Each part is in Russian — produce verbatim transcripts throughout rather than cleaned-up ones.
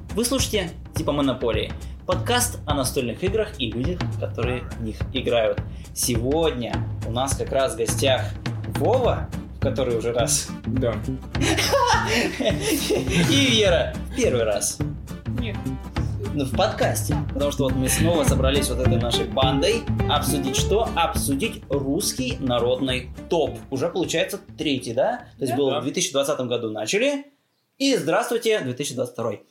Вы слушаете «Типа Монополии» – подкаст о настольных играх и людях, которые в них играют. Сегодня у нас как раз в гостях Вова, в который уже раз. Да. И Вера в первый раз. Нет. Ну, в подкасте. Потому что вот мы снова собрались вот этой нашей бандой обсудить что? Обсудить русский народный топ. Уже получается третий, да? То есть Да. было Да. в две тысячи двадцатом году начали. И здравствуйте, две тысячи двадцать второй.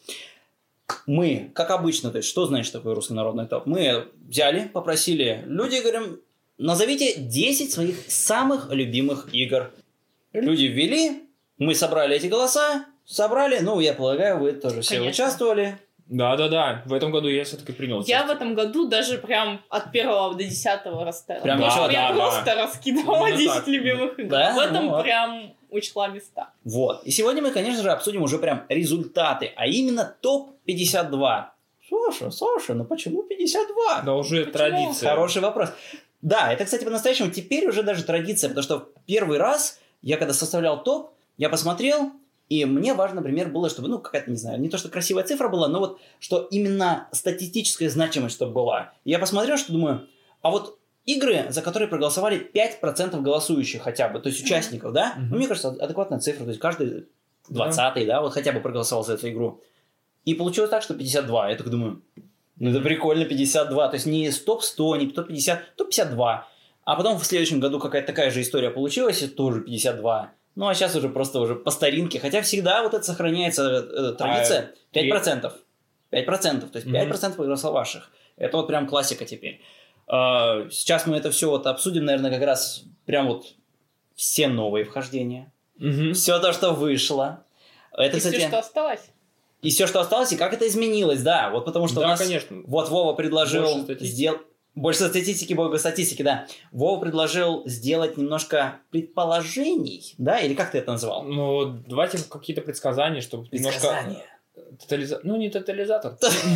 Мы, как обычно, то есть что значит такой русский народный топ? Мы взяли, попросили людей, говорим, назовите десять своих самых любимых игр. Люди ввели, мы собрали эти голоса, собрали, ну, я полагаю, вы тоже все Конечно. участвовали. Да-да-да, в этом году я все-таки принял Я в участие. этом году даже прям от первого до десятого расставила. Прям я начала, я да, просто да. раскидывала Именно десять так. любимых игр. Да? В этом Ну вот. прям учла места. Вот. И сегодня мы, конечно же, обсудим уже прям результаты, а именно топ пятьдесят два. Саша, Саша, ну почему пятьдесят два? Да уже Почему? традиция. Хороший вопрос. Да, это, кстати, по-настоящему теперь уже даже традиция, потому что первый раз я когда составлял топ, я посмотрел, и мне важно, например, было, чтобы, ну, какая-то, не знаю, не то, что красивая цифра была, но вот, что именно статистическая значимость, чтобы была. И я посмотрел, что думаю, а вот игры, за которые проголосовали пять процентов голосующих хотя бы, то есть участников, да? Мгм. Ну, мне кажется, адекватная цифра, то есть каждый двадцатый, да, вот хотя бы проголосовал за эту игру. И получилось так, что пятьдесят два. Я так думаю, ну это прикольно, пятьдесят два. То есть не топ сто, не топ пятьдесят, топ пятьдесят два. А потом в следующем году какая-то такая же история получилась, и тоже пятьдесят два. Ну а сейчас уже просто уже по старинке. Хотя всегда вот это сохраняется э, традиция. пять процентов. пять процентов. То есть пять процентов проголосовавших. Это вот прям классика теперь. А, сейчас мы это все вот обсудим, наверное, как раз прям вот все новые вхождения. Мгм. Все то, что вышло. Это, И кстати... все, что осталось. И все, что осталось, и как это изменилось, да. Вот потому что у Да, нас... конечно. Вот Вова предложил... Больше статистики. Сдел... Больше статистики, больше статистики, да. Вова предложил сделать немножко предположений, да? Или как ты это назвал? Ну, давайте какие-то предсказания, чтобы Предсказания. немножко... Тотализа... Ну, не тотализатор.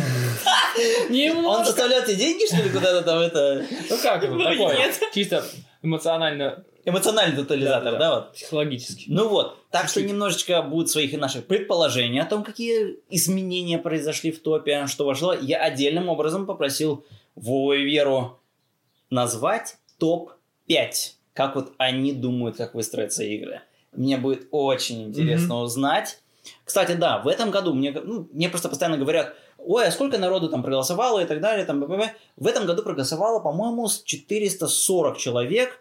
Он Немножко. заставляет тебе деньги, что ли, куда-то там это... Ну, как это Ну, такое? нет. Чисто эмоционально, Эмоциональный тотализатор, да, Да-да-да. вот? психологически. Ну вот, так что Чуть-чуть. немножечко будут своих и наших предположений о том, какие изменения произошли в топе, что вошло. Я отдельным образом попросил Вову и Веру назвать топ пять. Как вот они думают, как выстроятся игры. Мне будет очень интересно Мгм. узнать. Кстати, да, в этом году мне, ну, мне просто постоянно говорят, ой, а сколько народу там проголосовало и так далее. Там, б-б-б. В этом году проголосовало, по-моему, с четыреста сорок человек.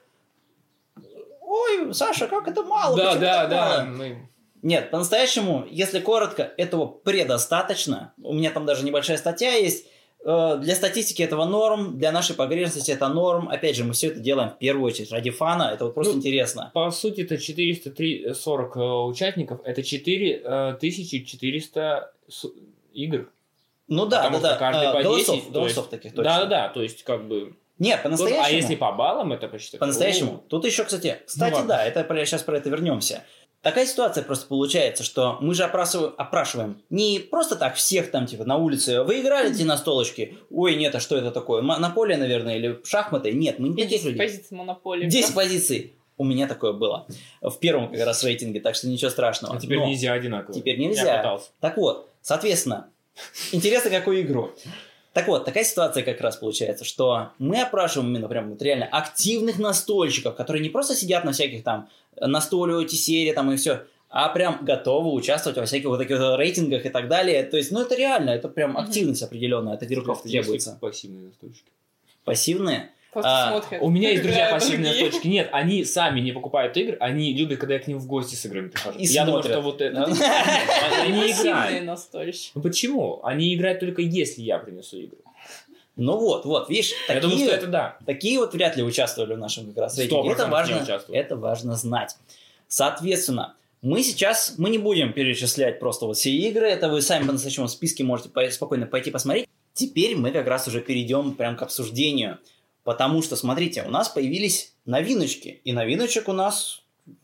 Ой, Саша, как это мало? Да, почему да, так да. мало?» мы- Нет, по-настоящему, если коротко, этого предостаточно. У меня там даже небольшая статья есть. Э, Для статистики этого норм, для нашей погрешности это норм. Опять же, мы все это делаем в первую очередь ради фана. Это вот просто Ну, интересно. По сути, это четыреста сорок э, участников, это четыре тысячи четыреста с- игр. Ну да, потому да, что да. каждый Э, по голосов, десять, то голосов есть- таких точно. Да-да-да, то есть как бы... Нет, Тут- по-настоящему. а если по баллам это посчитать? По-настоящему. О, Тут еще, кстати, кстати, ладно. да, это про- сейчас про это вернемся. Такая ситуация просто получается, что мы же опрашиваем, опрашиваем не просто так всех там, типа, на улице. Вы играли эти настолочки? Ой, нет, а что это такое? Монополия, наверное, или шахматы? Нет, мы не таких десять людей. позиций монополии. десять позиций. У меня такое было. В первом как раз рейтинге, так что ничего страшного. А теперь Но нельзя одинаково. Теперь Я нельзя. пытался. Так вот, соответственно, интересно, какую игру. Так вот, такая ситуация как раз получается, что мы опрашиваем именно прям вот реально активных настольщиков, которые не просто сидят на всяких там настолио, серии там и все, а прям готовы участвовать во всяких вот таких вот рейтингах и так далее. То есть, ну это реально, это прям Мгм. активность определенная от игроков Если требуется. пассивные настольщики. Пассивные. Просто А, смотрят. У меня есть друзья играют пассивные другие. настольщики. Нет, они сами не покупают игры, они любят, когда я к ним в гости с играми прихожу. И Я думаю, смотрят. что вот это... Да? Они не Пассивные играют. настольщики. Ну почему? Они играют только если я принесу игру. Ну вот, вот, видишь, Я думаю, такие, что это да. такие вот вряд ли участвовали в нашем как раз Сто рейтинге. Это процентов не важно, участвовали. это важно знать. Соответственно, мы сейчас, мы не будем перечислять просто вот все игры, это вы сами по настоящему списке можете по- спокойно пойти посмотреть. Теперь мы как раз уже перейдем прям к обсуждению, потому что, смотрите, у нас появились новиночки, и новиночек у нас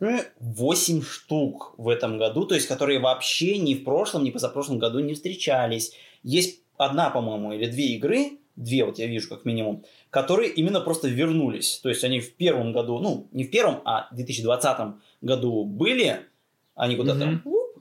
восемь штук в этом году, то есть которые вообще ни в прошлом, ни позапрошлом году не встречались. Есть одна, по-моему, или две игры, две вот я вижу как минимум, которые именно просто вернулись. То есть они в первом году, ну, не в первом, а в две тысячи двадцатом году были, они куда-то Мгм. уп,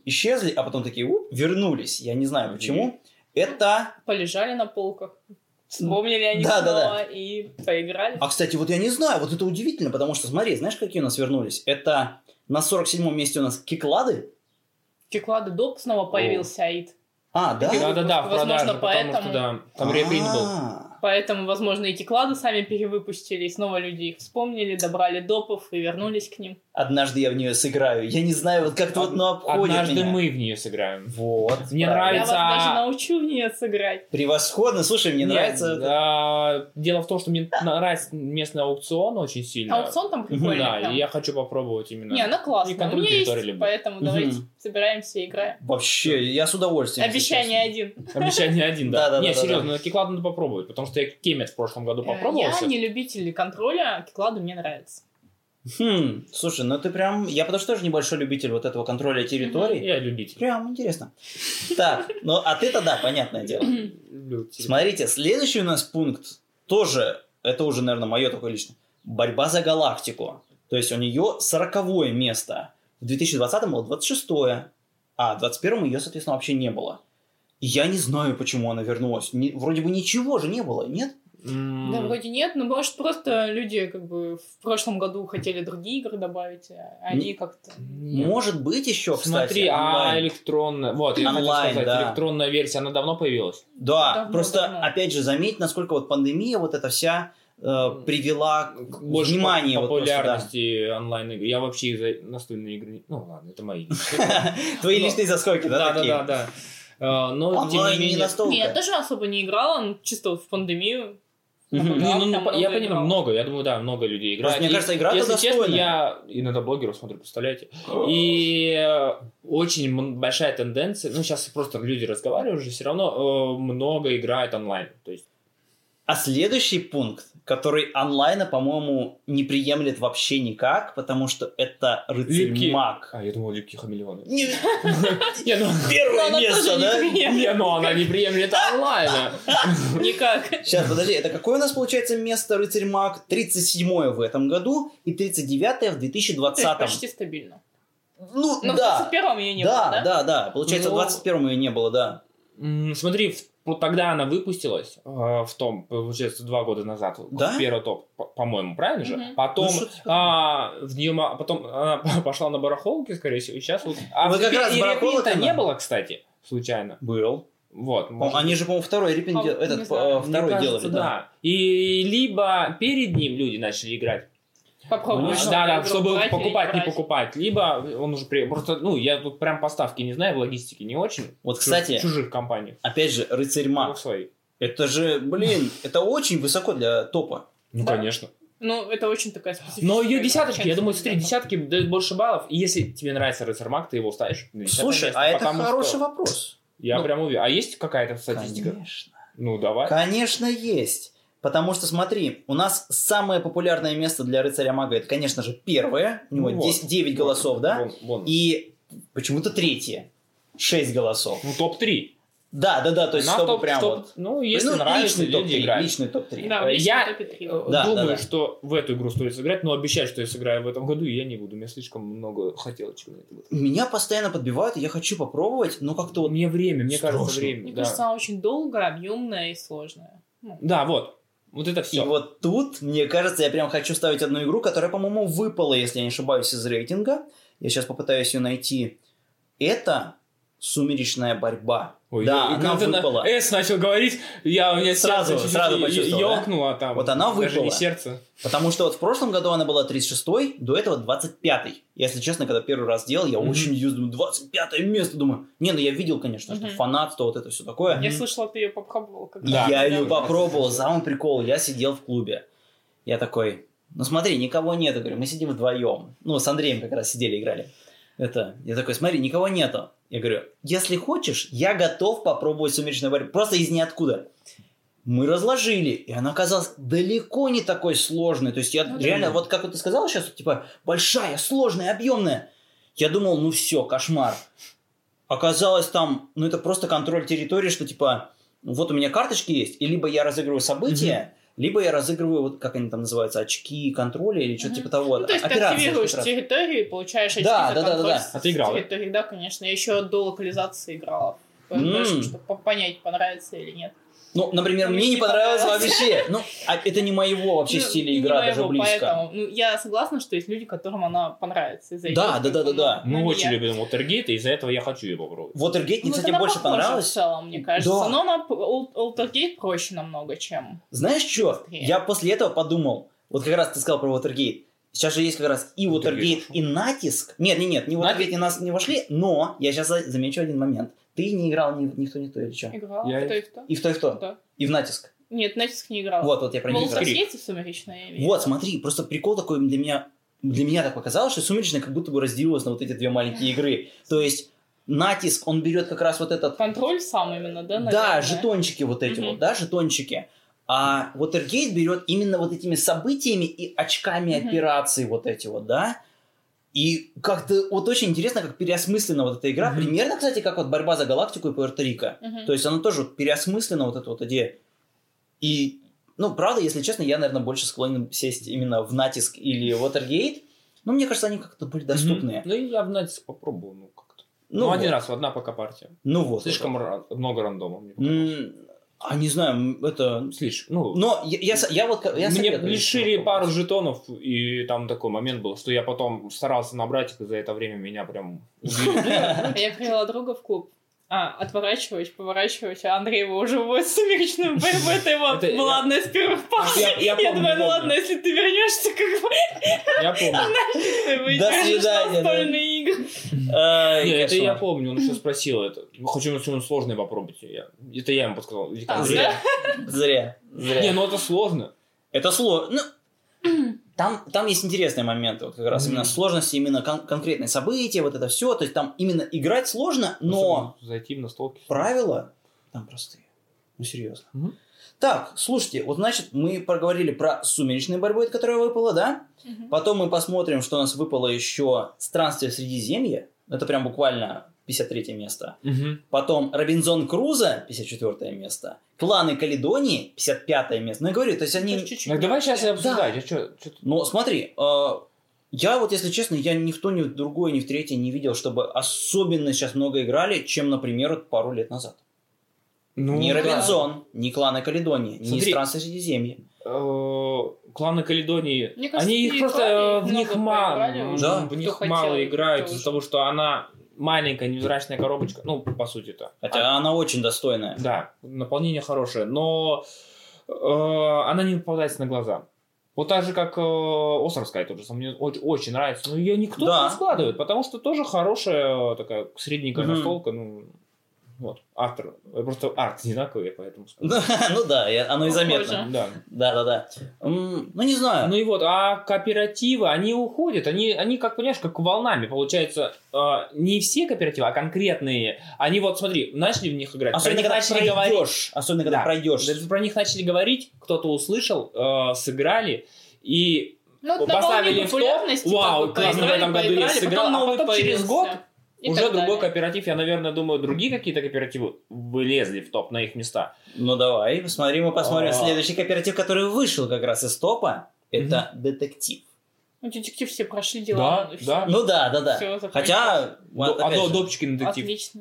исчезли, а потом такие уп, вернулись. Я не знаю почему. Это... Полежали на полках. Вспомнили они Да, снова да, да. и поиграли. А, кстати, вот я не знаю, вот это удивительно, потому что, смотри, знаешь, какие у нас вернулись? Это на сорок седьмом месте у нас Киклады. Киклады доп снова появился Аид. А, да? Да-да-да, в Возможно, продаже, потому поэтому- что, да, там репринт был. А, Поэтому, возможно, и Киклады сами перевыпустили, и снова люди их вспомнили, добрали допов и вернулись к ним. Однажды я в нее сыграю. Я не знаю, вот как-то вот, ну, обходит Однажды меня. мы в нее сыграем. Вот. Мне правильно. Я вас Нравится- даже научу в нее сыграть. Превосходно. Слушай, мне Нет, нравится... а, дело в том, что мне нравится местный аукцион очень сильно. Аукцион там прикольный. Да, прям. и я хочу попробовать именно. Не, она И классная. У контроль меня есть, территории люблю. поэтому Мгм. давайте собираемся и играем. Вообще, я с удовольствием. Обещание если один. Обещание один, да. Да-да-да-да-да. Не, серьезно, на Кикладу надо попробовать, потому что я Кемет в прошлом году попробовался. Я не любитель контроля, а Киклады мне нравятся. честно. Хм, слушай, ну ты прям... Я потому что тоже небольшой любитель вот этого контроля территорий. Я любитель. Прям интересно. Так, ну а ты-то да, понятное дело. Люблю территорию. Смотрите, следующий у нас пункт тоже, это уже, наверное, мое такое лично. Борьба за галактику. То есть у нее сороковое место. В две тысячи двадцатом было двадцать шестое. А в двадцать первом ее, соответственно, вообще не было. И я не знаю, почему она вернулась. Не- вроде бы ничего же не было, нет? М, Да, вроде нет, но может просто люди как бы в прошлом году хотели другие игры добавить, а они как-то... нет. Может быть еще, кстати, Смотри, а онлайн. электронная... Вот, я хотел Онлайн, сказать, да. электронная версия, она давно появилась? Да, Давно, просто, давно. опять же, заметь, насколько вот пандемия вот эта вся э, привела к Больше вниманию. по- вот просто, да. популярности онлайн-игр. Я вообще из-за настольной игры... не- Ну ладно, это мои. Твои Но- личные заскоки, да, Да, да, такие? да, да. А, Но, тем не Онлайн не менее... настолько. Не, я тоже особо не играла, ну, чисто вот в пандемию. Мгм. Не, ну, ну, Там по- я много понимаю, играл. много, я думаю, да, много людей играют. Просто, мне И, кажется, игра-то если честно, достойная. я иногда блогеров смотрю, представляете? И э, очень м- большая тенденция, ну, сейчас просто люди разговаривают уже, все равно э, много играют онлайн. То есть, А следующий пункт, который онлайна, по-моему, не приемлет вообще никак, потому что это Липкий. рыцарь-маг. а, я думал, липкие хамелеоны. Не- Не, ну, Но Первое она место, тоже да? не приемлет. не, ну она не приемлет онлайна. Никак. Сейчас, подожди, это какое у нас получается место рыцарь-маг? тридцать седьмое в этом году и тридцать девятое в две тысячи То есть двадцатом. почти стабильно. Ну, Но в да. двадцать первом ее не Да, было, да? да, да. Получается, в Ну, двадцать первом ее не было, да. М, Смотри, в- вот тогда она выпустилась э, в том, получается, два года назад. Да? В первый топ, по- по-моему, правильно же? Мгм. Потом Ну, что-то а, в нее ма- потом она пошла на барахолке, скорее всего, и сейчас вот. А Вот в как и раз репринта барахолка не она. было, кстати, случайно. Был. Вот. может Они же, по-моему, второй репинг, А, дел- не этот, знаю. э, Мне второй кажется, делали, да. да. И либо перед ним люди начали играть. Попробуй. Ну, да, да, игру чтобы брать или покупать, не брать. покупать. Либо он уже при... просто, ну, я тут прям поставки не знаю, в логистике не очень. Вот, В кстати, чуж- чужих компаниях. опять же, рыцарь-маг. Ну, свои. Это же, блин, это очень высоко для топа. Ну, Да. конечно. Ну, это очень такая специфическая. Но ее игра. десяточки, я думаю, смотри, Да. десятки дают больше баллов. И если тебе нравится рыцарь маг, ты его ставишь на десятое Слушай, место, а это потому хороший что- вопрос. Я Ну, прям уверен. А есть какая-то статистика? Конечно. Ну, давай. Конечно, есть. Потому что, смотри, у нас самое популярное место для рыцаря-мага, это, конечно же, первое. У него Ну вот. десять девять голосов, да? Вон, вон. И почему-то третье. шесть голосов. Ну, топ-три. Да, да, да, то есть На чтобы топ- прям топ- вот... Ну, если ну, нравится, личный люди топ-три, играют. личный топ-три. Да, в Э, личном я- топе три. Э, Да, Думаю, да, да. что в эту игру стоит сыграть, но обещать, что я сыграю в этом году, я не буду. У меня слишком много хотелочек на это будет. Меня постоянно подбивают, и я хочу попробовать, но как-то вот... Мне время, мне кажется, Страшно. время. Мне да. кажется, она очень долгая, объемная и сложная. Ну, Да, вот. Вот это И все. вот тут, мне кажется, я прям хочу ставить одну игру, которая, по-моему, выпала, если я не ошибаюсь, из рейтинга. Я сейчас попытаюсь ее найти. Это «Сумеречная борьба». Ой, да, я- она когда ты на выпала. С начал говорить, я, у меня Сразу- сердце чуть-чуть сразу е- почувствовал, да? ёкнуло там. Вот она Даже не выпала. сердце. Потому что вот в прошлом году она была тридцать шестой, до этого двадцать пятый. Если честно, когда первый раз делал, я Мгм. очень удивился, думаю, двадцать пятое место, думаю. Не, ну я видел, конечно, что Мгм. фанатство, вот это все такое. Я Мгм. слышала, ты ее попробовал. Когда Да. Я Да, ее да. попробовал, самый прикол, я сидел в клубе. Я такой, ну смотри, никого нету, говорю, мы сидим вдвоем. Ну, с Андреем как раз сидели, играли. Это, я такой, смотри, никого нету. Я говорю, если хочешь, я готов попробовать «Сумеречную борьбу». Просто из ниоткуда. Мы разложили, и она оказалась далеко не такой сложной. То есть я Ну да. реально, вот как вот ты сказала сейчас, типа, большая, сложная, объемная. Я думал, ну все, кошмар. Оказалось там, ну это просто контроль территории, что типа, вот у меня карточки есть, и либо я разыгрываю события, либо я разыгрываю, вот как они там называются, очки контроля или что-то Мгм. типа того. Ну, то есть ты Операции, активируешь операции. территории, получаешь очки Да, за да, да, контроль да, с- А ты играл, с да? территорией. Да, конечно. Я еще до локализации играла в М. ПВП, чтобы по- понять, понравится или нет. Ну, например, Ну, мне мне не не понравилось понравилось. вообще. Ну, а это не моего вообще Ну, стиля не игра, моего, даже близко. Поэтому, ну, я согласна, что есть люди, которым она понравится. из-за Да, её да, да, да, сколько, да. но- Мы но не очень я. любим Watergate, и из-за этого я хочу его попробовать. Watergate мне, Ну, кстати, она больше похожа понравилось. в целом, мне кажется. Да. Но она Ол- Altergate проще намного, чем... Знаешь что? Быстрее. Я после этого подумал, вот как раз ты сказал про Watergate. Сейчас же есть как раз и Watergate Watergate, вошел. и натиск. Нет, нет, нет, не Watergate, не нас не вошли, но я сейчас замечу один момент. Ты не играл ни, ни в то, ни в то или что? Играла Я- в то и в то. И в то, и в то. Да. И в натиск. Нет, натиск не играла. Вот, вот я про В них говорю. Altergate в Сумеречное я имею. Вот, смотри, просто прикол такой для меня, для меня так показалось, что Сумеречная как будто бы разделилась на вот эти две маленькие игры. То есть натиск, он берет как раз вот этот... Контроль сам именно, да, Да, наверное? жетончики вот эти Мгм. вот, да, жетончики. А Watergate берет именно вот этими событиями и очками Мгм. операций вот эти вот, да. И как-то вот очень интересно, как переосмыслена вот эта игра. Мгм. Примерно, кстати, как вот борьба за галактику и Пуэрто-Рико. Мгм. То есть она тоже вот переосмыслена, вот эта вот идея. И, ну, правда, если честно, я, наверное, больше склонен сесть именно в натиск или Watergate. Но мне кажется, они как-то более доступные. Мгм. Ну, и я в натиск попробовал, ну, как-то. Ну, Ну, вот. один раз, одна пока партия. Ну вот. Слишком ра- много рандома. Мне показалось. М, А не знаю, м, это... Слишком, ну... Но я, я, со- я вот... Я Мне советую лишили попробовать. пару жетонов, и там такой момент был, что я потом старался набрать их, и за это время меня прям убили. А я привела друга в клуб. А, отворачиваюсь, поворачиваюсь, а Андрей его уже вводит в сумеречную борьбу. Это его Это была я- одна из первых пар. Я- я Я помню, думаю, ну помню. ладно, если ты вернешься, как бы, Я помню. ты выйдешь До свидания, да. настольные игры. Ай, Не, это кошмар. я помню, он еще спросил это. Хочу что-нибудь сложное попробовать. Я- Это я ему подсказал. Или как? А, Зря. Зря. Зря. Не, ну это сложно. Это сложно. Ну, там, там есть интересные моменты, вот как раз Мгм. именно сложности, именно кон- конкретные события, вот это все. То есть там именно играть сложно, но Особенно зайти в настолки. правила там простые. Ну, серьезно. Мгм. Так, слушайте, вот значит, мы проговорили про сумеречную борьбу, это которая выпала, да? Мгм. Потом мы посмотрим, что у нас выпало еще «Странствие в Средиземье». Это прям буквально пятьдесят третье место. Мгм. Потом Робинзон Крузо, пятьдесят четвёртое место. Кланы Каледонии, пятьдесят пятое место. Ну, я говорю, то есть они... Тоже чуть-чуть Так давай сейчас и не обсуждать. Я чё- чё-то- Ну, смотри, э, я вот, если честно, я ни в то, ни в другое, ни в третье не видел, чтобы особенно сейчас много играли, чем, например, вот пару лет назад. Ну, ни да. Робинзон, ни Кланы Каледонии, ни Смотри. Странствие в Средиземье. Э, Кланы Каледонии, Мне кажется, они их и просто кланы э, в много них поиграли мало, уже, Да. в кто них хотел, мало играют кто из-за уже. того, что она маленькая невзрачная коробочка, ну по сути то. Хотя она очень достойная. Да, наполнение хорошее, но э, она не попадается на глаза. Вот так же, как э, Островская тоже, мне очень, очень нравится. Но ее никто Да. не складывает, потому что тоже хорошая такая средненькая Мгм. настолка. Ну, вот, автор. Просто арт одинаковый, поэтому... Ну да, я- оно и заметно. Похоже. Да. Да-да-да. М, Ну, не знаю. Ну и вот, а кооперативы, они уходят, они, они как, понимаешь, как волнами, получается, э, не все кооперативы, а конкретные. Они вот, смотри, начали в них играть, про Особенно, них когда начали говорить, пройдешь. Особенно, когда Да. пройдешь. да, про них начали говорить, кто-то услышал, э, сыграли, и Ну, вот поставили на в волне топ, популярности, вау, как бы, классно, в поиграли, этом году я поиграли, сыграл, потом а новый потом через появился. год И уже так другой далее. кооператив, я, наверное, думаю, другие какие-то кооперативы вылезли в топ на их места. Ну, давай, посмотри, мы посмотрим. А. Следующий кооператив, который вышел как раз из топа, это детектив. Ну, детектив все прошли дела. Да, и всё. да. Ну да, да, да. Всё, закончилось. Хотя, вот До- опять а же, Добчикин детектив. Отлично.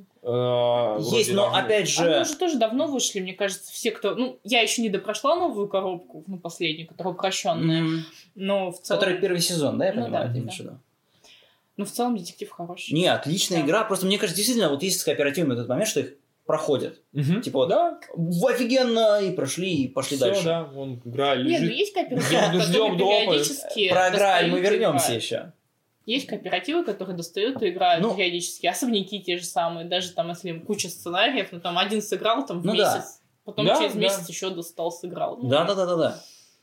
э, есть, вроде но должны- опять Они же... уже тоже давно вышли, мне кажется, все, кто... Ну, я еще не допрошла новую коробку, ну, последнюю, которая упрощенная, м, но в целом... Который первый сезон, да, я Ну понимаю, да, ты да. имеешь в виду? Ну, в целом детектив хороший. Не, отличная Да. игра. Просто мне кажется, действительно, вот есть с кооперативами этот момент, что их проходят. Мгм. Типа вот, да, в офигенно, и прошли, и пошли все, дальше. да, вон игра Нет, ну лежит. есть кооперативы, Я которые ждём допа. периодически Про играли, мы достают и вернемся играют. еще. Есть кооперативы, которые достают и играют Ну. периодически. Особняки те же самые. Даже там, если им куча сценариев, ну там один сыграл там в Ну да. месяц. Потом Да, через да. месяц еще достал, сыграл. Ну, Да, да, да, да, да.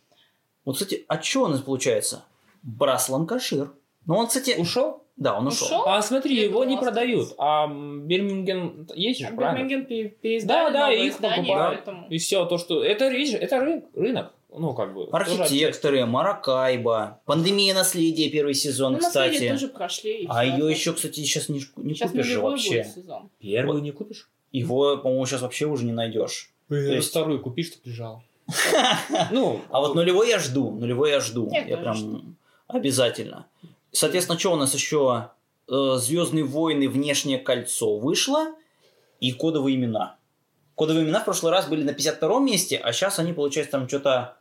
Вот, кстати, а что у нас получается? Брас Ланкашир. Ну, он, кстати... Ушел? Да, он ушел. Ушел? А смотри, Я его не думала, продают. А м, Бирмингем есть же, А правильно? Бирмингем пере- переиздали Да, да, новое их издание, покупают. поэтому... И все то, что... Это, видишь, это ры- рынок. Ну, как бы. тоже отчасти. Архитекторы, Маракайба, Пандемия наследия первый сезон, Ну, кстати. наследие тоже прошли. и А всё. ее еще, кстати, сейчас не, шку- не Сейчас купишь же нулевой вообще. будет сезон. Первую не купишь? Его, по-моему, сейчас вообще уже не найдешь. То есть- есть вторую купишь, чтоб лежал. Ну, А вот нулевой я жду, нулевой я жду. Я Я тоже прям жду. обязательно. Соответственно, что у нас еще? Звездные войны, внешнее кольцо вышло и кодовые имена. Кодовые имена в прошлый раз были на пятьдесят втором месте, а сейчас они, получается, там что-то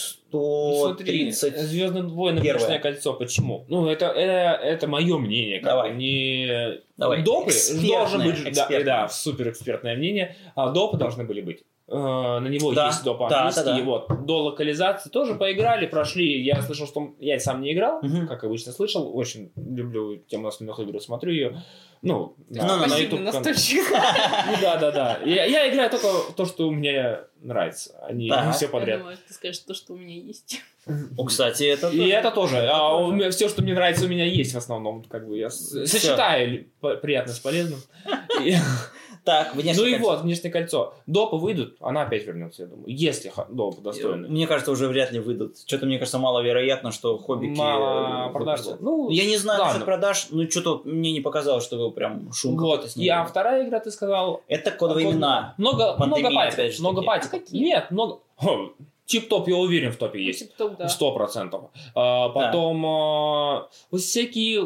сто тридцать. Звездные войны, первое. Вечное кольцо. Почему? Ну, это, это, это мое мнение. Как Давай. бы, не... Давай. Допы Экспертное, должен быть... Да, экспертное. да, суперэкспертное мнение. А допы должны были быть. Э, на него Да, есть доп. да, английский. да, да. Вот. До локализации тоже поиграли, прошли. Я слышал, что... Я сам не играл, Мгм. как обычно слышал. Очень люблю тему настольных игр, смотрю ее. Ну, Ну, ну, на ну. YouTube Пассивный канале. настольщик. Ну да, да, да. Я, я играю только то, что мне нравится, а не Так. все Я подряд. думаю, ты скажешь то, что у меня есть. О, кстати, это... И это тоже. А все, что мне нравится, у меня есть в основном. Как бы я с- сочетаю по- приятное с полезным. И- Так, внешнее Ну и кольцо. вот, внешнее кольцо. Допы выйдут, она опять вернется, я думаю. Если ха- допы достойны. Мне кажется, уже вряд ли выйдут. Что-то, мне кажется, маловероятно, что хоббики... Мало э, продаж. выпустят. Ну, Я не знаю ладно. насчет продаж, но что-то мне не показалось, что прям шум какой-то Вот. с И, ней. а вторая игра, ты сказал... Это кодовые Код- имена. Много, Пандемия, много патиков. опять же Много таки. патиков. А какие? Нет, много... Хо, Тип-топ, я уверен, в топе Ну, есть. тип-топ, да. Сто процентов. А, потом а, вот всякие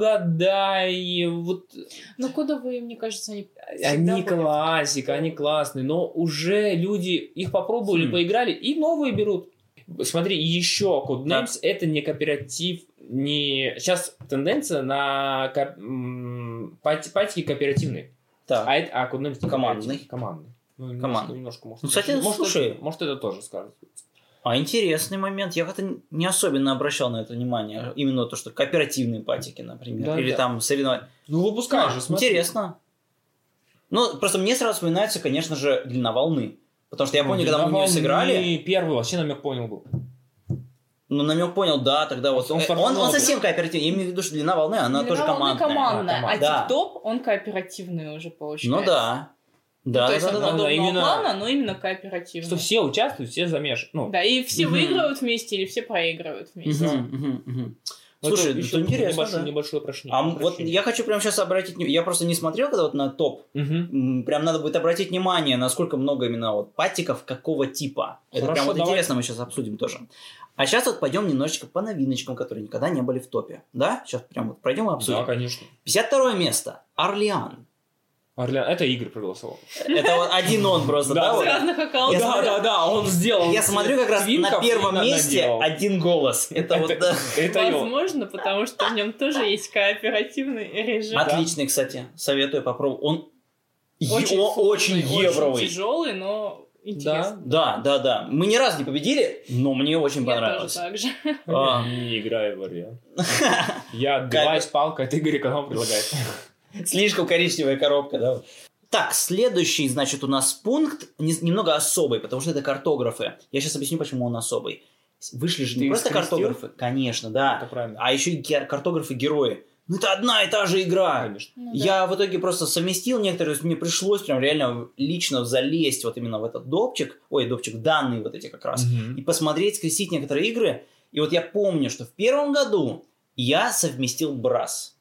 угадай, вот Но кодовые, мне кажется, они всегда они были. классика, они классные, но уже люди их попробовали, Хм. поиграли и новые берут. Смотри, еще Codenames это не кооператив, не сейчас тенденция на ко- м, пати- патики кооперативные, Так. а, это, а Codenames не Командный. кооператив, командный. Ну, немножко, Командный. немножко, может, Ну, кстати, может, слушай. это, может, это тоже скажет. А интересный момент. Я как-то не особенно обращал на это внимание. Именно то, что кооперативные патики, например. Да, Или да. там соревнования. Ну, выпускай же, смотри. Интересно. Ну, просто мне сразу вспоминается, конечно же, длина волны. Потому что я помню, когда мы в нее сыграли, Первый вообще намек понял был. ну, намек понял, да, тогда вот... Он Он, всё он, равно совсем кооперативный. Я имею в виду, что длина волны, она Длина тоже волны командная. командная, Да, а да. тип-топ, он кооперативный уже получается. Ну да. Да, То да, есть да, он да, да. подобного именно- плана, но именно кооперативный. Что все участвуют, все замешаны. Ну, Да, и все Мгм. выигрывают вместе или все проигрывают вместе. Мгм, мгм, мгм. ну, Слушай, это это еще интересно, небольшое, да. небольшое упрощение. А м- вот упрощение. я хочу прямо сейчас обратить внимание. Я просто не смотрел, когда вот на топ. Мгм. М, Прям надо будет обратить внимание, насколько много именно вот патиков, какого типа. Это Хорошо, прям вот давай. интересно, мы сейчас обсудим тоже. А сейчас вот пойдем немножечко по новиночкам, которые никогда не были в топе. Да? Сейчас прям вот пройдем и обсудим. Да, конечно. пятьдесят второе место. Орлеан. Орлян, это Игорь проголосовал. Это вот один он просто, Да, да? С вот? разных аккаунтов. Я да, смотрю- да, да, он сделал. Я смотрю как раз твинков на и первом на- месте наделал. один голос. Это вот, да. Это его. Возможно, потому что в нем тоже есть кооперативный режим. Отличный, кстати. Советую попробовать. Он Очень, е- очень сложный, евровый. очень тяжелый, но интересный. Да, да, да. Мы ни разу не победили, но мне очень Я тоже понравилось. так же. А. Не играю в Орлян. Я отбиваюсь палкой, это Игорь эконом предлагает. Слишком коричневая коробка, да? Так, следующий, значит, у нас пункт не- немного особый, потому что это картографы. Я сейчас объясню, почему он особый. Вышли же Ты не их просто скрестил? картографы, конечно, да, Это правильно. а еще и ге- картографы-герои. Ну, это одна и та же игра. Конечно. Ну да. Я в итоге просто совместил некоторые, то есть мне пришлось прям реально лично залезть вот именно в этот допчик, ой, допчик, данные вот эти как раз, Мгм. и посмотреть, скрестить некоторые игры. И вот я помню, что в первом году я совместил Брас.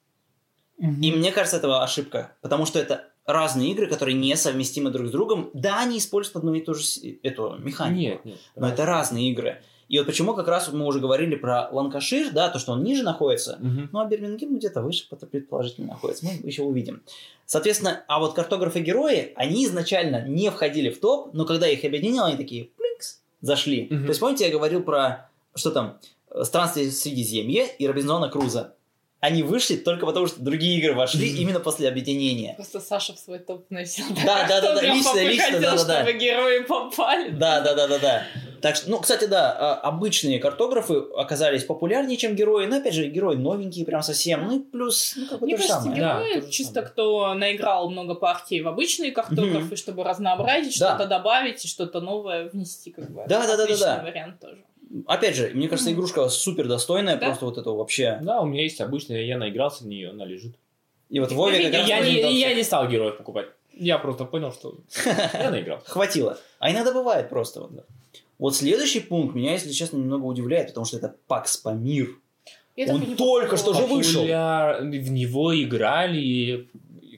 И мне кажется, это ошибка, потому что это разные игры, которые несовместимы друг с другом. Да, они используют одну и ту же с- эту механику, Нет, нет. но это разные игры. И вот почему как раз мы уже говорили про Ланкашир, да, то, что он ниже находится, Мгм. ну, а Бирмингем где-то выше предположительно находится. Мы еще увидим. Соответственно, а вот картографы-герои, они изначально не входили в топ, но когда их объединил, они такие, плинкс, зашли. Мгм. То есть, помните, я говорил про, что там, «Странствие в Средиземье» и «Робинзона Круза». Они вышли только потому, что другие игры вошли Мгм. именно после объединения. Просто Саша в свой топ носил. Да, да, да, да, Прям лично, папа лично, хотел, да, да, да. чтобы герои попали. Да, да, да, да, да. Так что, ну, кстати, да, а, обычные картографы оказались популярнее, чем герои, но, опять же, герои новенькие прям совсем, ну, и плюс, ну, как бы Мне то же кажется, самое. Да, герои, то же чисто самое. кто наиграл много партий в обычные картографы, чтобы разнообразить, Да. что-то добавить и что-то новое внести, как бы. Да, да, да, да, Отличный да. вариант тоже. Опять же, мне кажется, Мгм. игрушка супер достойная, Да. просто вот это вообще. Да, у меня есть обычная, я наигрался в нее, она лежит. И вот Вове как Я раз Я тоже не, дался. я не стал героев покупать. Я просто понял, что я наиграл. Хватило. А иногда бывает просто. Вот, да. Вот следующий пункт меня, если честно, немного удивляет, потому что это Пакс Памир. Я так Он и не только попробовала. что же вышел. Популяр- В него играли и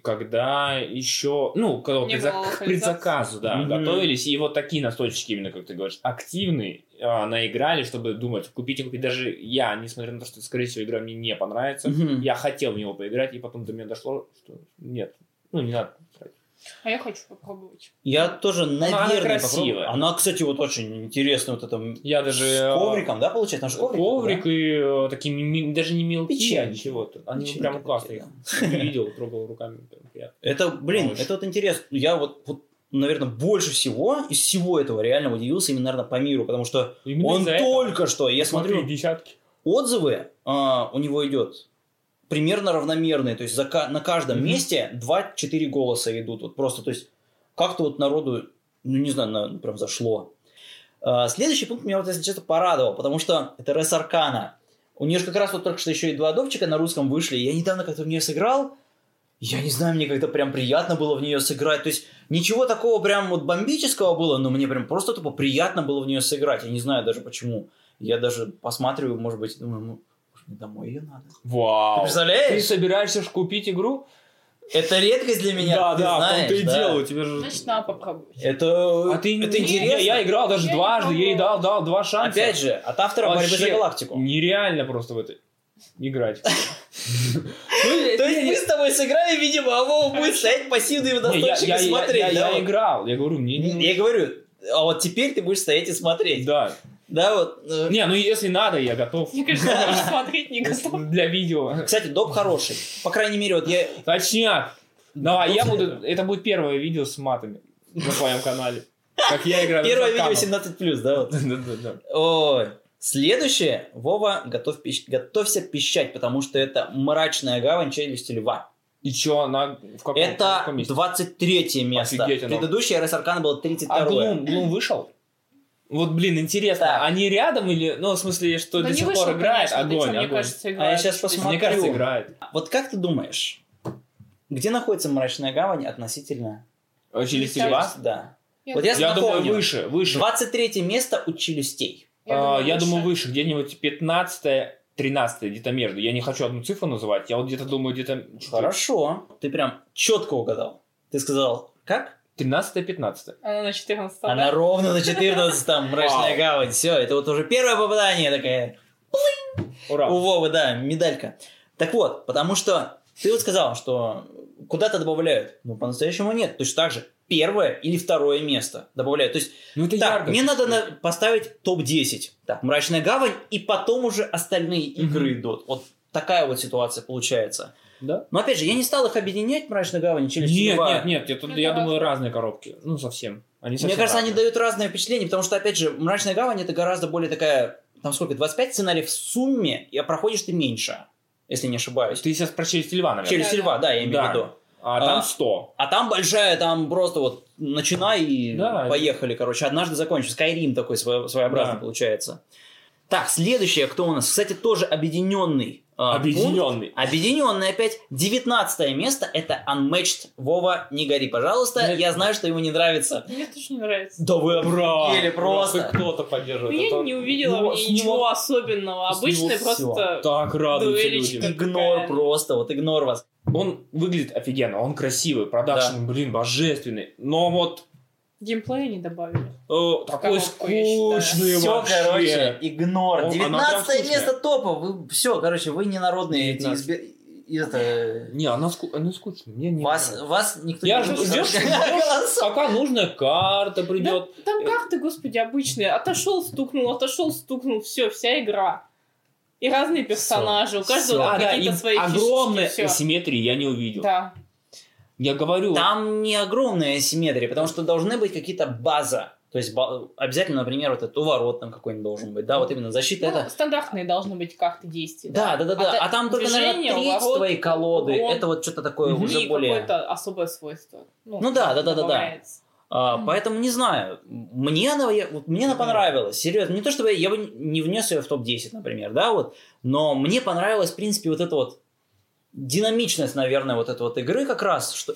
когда еще, ну, когда Не предзак- было к локализации. предзаказу, да, Мгм. готовились, и вот такие настольщики, именно, как ты говоришь, активные, а, наиграли, чтобы думать, купить и купить. Даже я, несмотря на то, что, скорее всего, игра мне не понравится, Мгм. я хотел в него поиграть, и потом до меня дошло, что нет, ну, не надо. А я хочу попробовать. Я тоже, она наверное, красивая. попробую. Она, кстати, вот очень интересная, вот это Я даже... с ковриком, да, получается? Она же коврик, Коврик да? и э, такие ми- даже не мелкие, Печеньки. а ничего-то. Они Печеньки прям классные. такие, Я видел, трогал руками. Прям приятно. Это, блин, Очень. это вот интересно. Я вот, вот, наверное, больше всего из всего этого реально удивился именно, наверное, по миру, потому что Именно он из-за этого. только что, я Смотри, смотрю, десятки. отзывы а, у него идет примерно равномерные, то есть за, ка- на каждом Мгм. месте два-четыре голоса идут, вот просто, то есть как-то вот народу, ну не знаю, на- прям зашло. А, следующий пункт меня вот, если честно, порадовал, потому что это Рес Аркана. У нее же как раз вот только что еще и два адовчика на русском вышли, я недавно как-то в нее сыграл, я не знаю, мне как-то прям приятно было в нее сыграть, то есть ничего такого прям вот бомбического было, но мне прям просто тупо приятно было в нее сыграть, я не знаю даже почему. Я даже посматриваю, может быть, думаю, ну, может, мне домой ее надо. Вау. Ты представляешь? Ты собираешься ж купить игру? Это редкость для меня, да, ты да, знаешь, в том-то и да. дело. У тебя же... Значит, надо попробовать. Это, А ты это не- интересно. Я, я играл даже Я не дважды, я ей дал, пробовала. дал два шанса. Опять же, от автора борьбы за Вообще галактику. Нереально просто в это играть. То есть мы с тобой сыграли, видимо, а Вова будет стоять пассивно и Не, я- достаточно я- я- смотреть. я- да, Я вот? играл, я говорю, мне не... Я говорю, а вот теперь ты будешь стоять и смотреть. Да. Да, вот. э, Не, ну если надо, я готов. Мне кажется, я даже смотреть не готова. Для видео. Кстати, доп хороший. По крайней мере, вот я... Точняк. Давай, я Доп- буду... Это будет первое видео с матами на твоем канале. Как я играю. Первое с видео Арканом. семнадцать плюс, да, вот. Да-да-да. Ой. Следующее. Вова, готов пищ- готовься пищать, потому что это «Мрачная гавань. Челюсти льва». И чё, она в каком, в Это каком месте? двадцать третье место. Офигеть, оно. Предыдущее Рес Аркана было тридцать А второе. Глум, Глум вышел? Вот, блин, интересно, Так. они рядом или... Ну, в смысле, что Да до не сих вышел, пор играет? конечно, ты Огонь, чё, мне огонь. кажется, А я играет. сейчас посмотрю. Мне кажется, играет. Вот как ты думаешь, где находится «Мрачная гавань» относительно... Челюсти Челюсти. льва? Да. Я Вот я, Я думаю, напомню, выше, выше. двадцать третье место у «Челюстей». А, Я думаю, выше. выше, где-нибудь пятнадцатое, тринадцатое, где-то между. Я не хочу одну цифру называть, я вот где-то думаю, где-то... чуть- Хорошо. Ты прям четко угадал. Ты сказал, как? тринадцатое, пятнадцатое. Она на четырнадцатом, Она да? ровно на четырнадцатом «Мрачная Вау. гавань». Все, это вот уже первое попадание такая. Ура. У Вовы, да, медалька. Так вот, потому что ты вот сказал, что куда-то добавляют. Ну, по-настоящему нет. Точно так же первое или второе место добавляют. То есть, Ну, это так, ярко. мне надо на- поставить топ десять. Так, «Мрачная гавань», и потом уже остальные игры Мгм. идут. Вот такая вот ситуация получается. Да? Но опять же, я не стал их объединять, «Мрачная гавань» и «Челюсти Нет, льва». нет, нет, я, тут- Это я думаю, разные. разные коробки. Ну, совсем. Они совсем Мне кажется, они разные. дают разные впечатления, потому что, опять же, «Мрачная гавань» это гораздо более такая, там сколько, двадцать пять сценариев в сумме, и проходишь ты меньше, если не ошибаюсь. Ты сейчас про челюсти льва, наверное. «Челюсти Да, льва», да, я имею Да. в виду. А там А, сто. А там большая, там просто вот начинай и Да. поехали, короче. Однажды закончу. Скайрим такой свое- своеобразный Да. получается. Так, следующее, кто у нас? Кстати, тоже объединенный. а, пункт. Объединенный. Объединенный опять. девятнадцатое место. Это Unmatched. Вова, не гори, пожалуйста. Нет. Я знаю, что ему не нравится. Мне тоже не нравится. Да вы Ура! офигели просто. Хоть кто-то Ну, поддерживает. я Это- не увидела Ну, в с ней него- ничего особенного. с Обычно него просто... Так радуются Дуэлечка. люди. Игнор Такая. просто, вот игнор вас. Он выглядит офигенно, он красивый, продакшн, блин, божественный. Но вот Геймплея не добавили. э, такой коробку, я считаю. скучный Все, вообще. короче, игнор. Он- она прям девятнадцатое скучная. место топа. Вы, все, короче, вы не народные. эти девятнадцать. избе- и это... Не, она, ску... она скучная. Мне не Вас, нравится. вас никто Я не жду- будет ждёшь- голосовать. Пока нужная карта придет. Да, там карты, господи, обычные. Отошел, стукнул, отошел, стукнул. Все, вся игра. И разные персонажи. У каждого А, да, и какие-то свои огромной фишечки. всё. симметрии я не увидел. Да. Я говорю, Там не огромная асимметрия, потому что должны быть какие-то база. То есть ба- обязательно, например, вот этот уворот там какой-нибудь должен быть. Да, вот именно защита Ну, это... стандартные должны быть карты действий. Да, да, да, да. А А, там только, движение, наверное, треть уворот, твоей колоды. урон. Это вот что-то такое Мгм. уже И более... какое-то особое свойство. Ну да, да, да, да, да. добавляется. А, Мгм. Поэтому не знаю. Мне она, я- вот мне она Да. понравилась. Серьезно. Не то чтобы я, я бы не внес ее в топ десять, например, да, вот. Но мне понравилась, в принципе, вот эта вот динамичность, наверное, вот этой вот игры как раз. Что...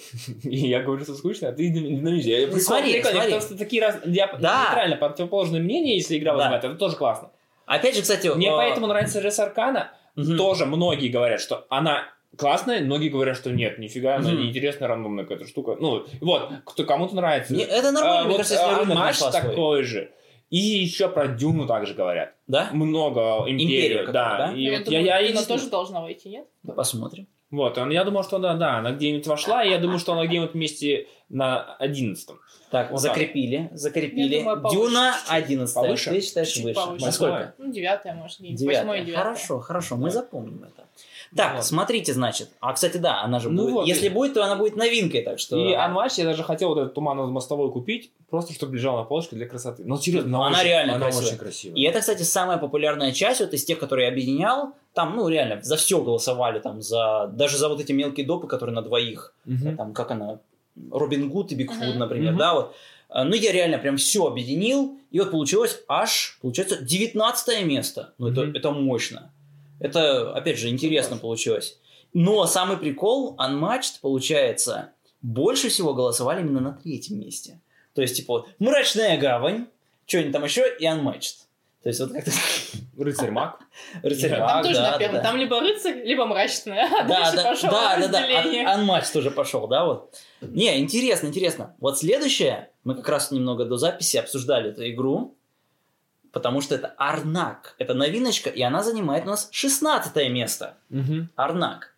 я говорю, что скучно, а ты динамичный. Я Ну, прикол- смотри, прикольно, смотри. потому что такие раз... я Да. нейтрально противоположное мнение, если игра Да. вызывает, это тоже классно. Опять же, кстати... Мне э, поэтому нравится Рес Аркана. мгм. Тоже многие говорят, что она классная, многие говорят, что нет, нифига, она Мгм. неинтересная, рандомная какая-то штука. Ну, вот, кто кому-то нравится. Не, это нормально, А, мне вот, кажется, если а, рынок матч нашла свой. такой же. И еще про Дюну также говорят. Да? Много Империю империю, какую-то, да. да? И Я вот думаю, я, я Дюна единственное- тоже должна войти, нет? Посмотрим. Вот, он- я думал, что да, да, она где-нибудь вошла, и я думаю, что она где-нибудь вместе на одиннадцатом. Так, Вот закрепили, закрепили. Я думаю, повыше Дюна чуть-чуть. одиннадцатая. Повыше? Ты считаешь Чуть-чуть выше. повыше. Насколько? Ну, девятая, может, где-нибудь. Девятая. Восьмое, девятое. Хорошо, хорошо, мы Да. запомним это. Так, Вот. смотрите, значит. А, кстати, да, она же Ну будет. вот. Если будет, то она будет новинкой, так что. И Unmatched я даже хотел вот этот туман над мостовой купить, просто чтобы лежала на полочке для красоты. Ну, серьезно, Она очень- реально она красивая. очень красивая. И это, кстати, самая популярная часть вот из тех, которые я объединял. Там, ну, реально, за все голосовали, там, за даже за вот эти мелкие допы, которые на двоих. Мгм. Там, как она, Робин Гуд и Бигфуд, Мгм. например, Мгм. да, вот. А, Ну, я реально прям все объединил, и вот получилось аж, получается, девятнадцатое место. Ну, это, Мгм. это мощно. Это, опять же, интересно получилось. Но самый прикол, Unmatched, получается, больше всего голосовали именно на третьем месте. То есть, типа, вот, Мрачная гавань, что-нибудь там еще, и Unmatched. То есть, вот как-то... Рыцарь Маг. Рыцарь Там Там Маг, тоже да, на первом. да, да. Там либо рыцарь, либо мрачная. А Да, дальше да, пошло да, да, да, разделение. Ан- Unmatched тоже пошел, да, вот. Не, интересно, интересно. Вот следующее, мы как раз немного до записи обсуждали эту игру, потому что это Арнак. Это новиночка, и она занимает у нас шестнадцатое место. Мгм. Арнак.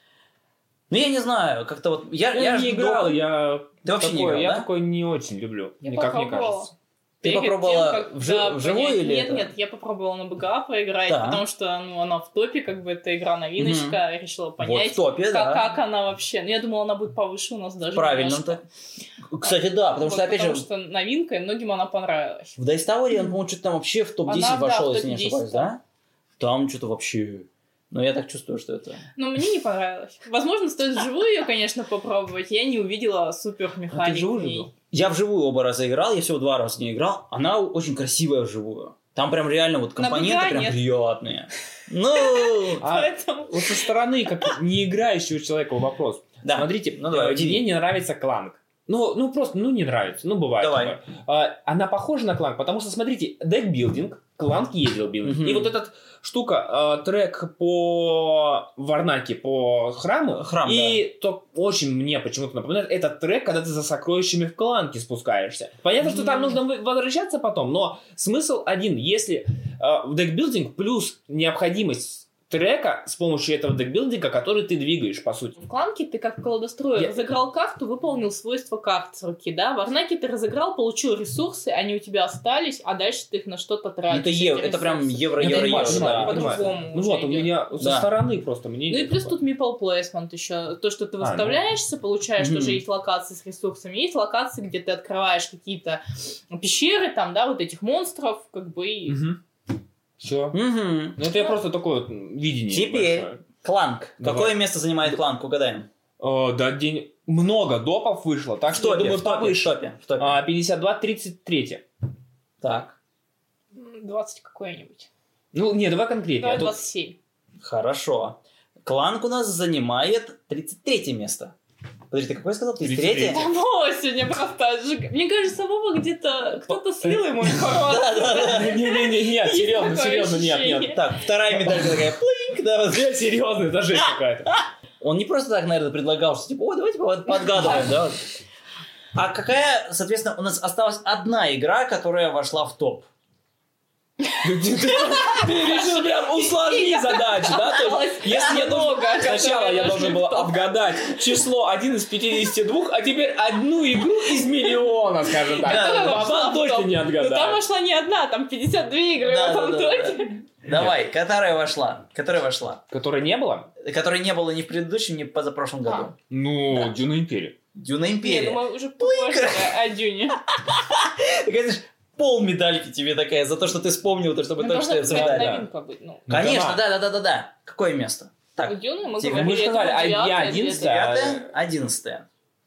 Ну, я не знаю, как-то вот... Я, Я, я не жду- играл, я Ты вообще такой, не играл, я да? такой не очень люблю. Я Никак не попробовала. кажется. Ты Перед попробовала тем, как, вжи- да, вживую понять- или Нет, это? нет, я попробовала на БГА поиграть, Да. потому что ну, она в топе, как бы, эта игра новиночка, я решила Вот понять, в топе, как, да. как она вообще. Ну, я думала, она будет повыше у нас даже. Правильно. немножко. так. Кстати, да, потому Вот, что, опять потому же, что новинка, и многим она понравилась. в Dice Tower он, по-моему, что-то там вообще в топ десять Она, да, вошел, в если не топ ошибаюсь, десять, да? Там что-то вообще... Но я так чувствую, что это... Но мне не понравилось. Возможно, стоит вживую ее, конечно, попробовать. Я не увидела супер механик. А ты вживую в ней. любил? Я вживую оба раза играл, я всего два раза не играл. Она очень красивая вживую. Там прям реально вот На компоненты БГА прям нет. приятные. Ну, А Поэтому... вот со стороны, как не играющего человека вопрос. да. Смотрите, Ну, давай, э, удиви. мне не нравится Кланк. Ну, ну просто, ну не нравится, ну бывает. Давай. такое. А, она похожа на Кланк, потому что, смотрите, декбилдинг, Кланк ездил билдинг. Мгм. И вот этот штука, э, трек по Варнаке, по храму, Храм, и то очень мне почему-то напоминает этот трек, когда ты за сокровищами в Кланке спускаешься. Понятно, что там нужно вы- возвращаться потом, но смысл один. Если э, в декбилдинг плюс необходимость трека с помощью этого декбилдинга, который ты двигаешь, по сути. В Кланке ты как в колодострое Я- разыграл карту, выполнил свойства карт с руки, да? В Арнаке ты разыграл, получил ресурсы, они у тебя остались, а дальше ты их на что-то тратишь. Это, эти ев- это прям ресурсы. Я евро-евро-евро. понимаю, понимаю, да. понимаю. По-другому Ну уже вот, у идет. меня со Да. стороны просто мне Ну и идет плюс такое. тут meeple placement еще. То, что ты А, выставляешься, получаешь, Мгм. тоже есть локации с ресурсами. Есть локации, где ты открываешь какие-то пещеры, там, да, вот этих монстров, как бы, и... Все. Мгм. Ну это я просто такое вот видение. Теперь небольшое. Кланк. Давай. Какое место занимает Кланк? Угадаем. О, да, день... Много допов вышло, так В что я топе, думаю, в топе, в повыше. топе, в топе. А, пятьдесят два тридцать три. Так, двадцать какое-нибудь. Ну, не, давай конкретнее. Давай а то- двадцать семь. хорошо. Кланк у нас занимает тридцать третье место. Подожди, ты какое сказал? тридцать третье? тридцать третье. Вова сегодня просто отжиг... Мне кажется, Вова где-то... Кто-то слил ему информацию. Не-не-не, нет, Есть серьезно, такое серьезно, нет, ощущение. нет. Так, вторая медалька такая, плинк, да, вот. Я серьезно, это жесть какая-то. Он не просто так, наверное, предлагал, что типа, о, давайте под- подгадываем, да. вот. А какая, соответственно, у нас осталась одна игра, которая вошла в топ? Ты решил прям усложнить задачу, да? То есть, если я должен... Много, Сначала которые я должен был вошли в топ. отгадать число один из пятидесяти двух, а теперь одну игру из миллиона, скажем так. Да, Которая вошла Бабан в точно топ. не Ну, там отгадает. вошла не одна, там пятьдесят две игры в Да, этом да, да, топе. Давай, которая вошла? Которая вошла? Которой не было? Которой не было ни в предыдущем, ни в позапрошлом году. Ну, Да. Дюна Империя. Дюна Не, ну Империя. мы уже поговорили о Дюне. Такая, знаешь, пол медальки тебе такая за то, что ты вспомнил, то, что мы Ну, только что должна обсуждали. какая-то да. новинка быть. Ну, Ну, Конечно, да. да, да, да, да, да. Какое место? у Так, Дюны мы тихо, говорили, мы же сказали, это а я девятое, одиннадцатое. девятое, одиннадцатое.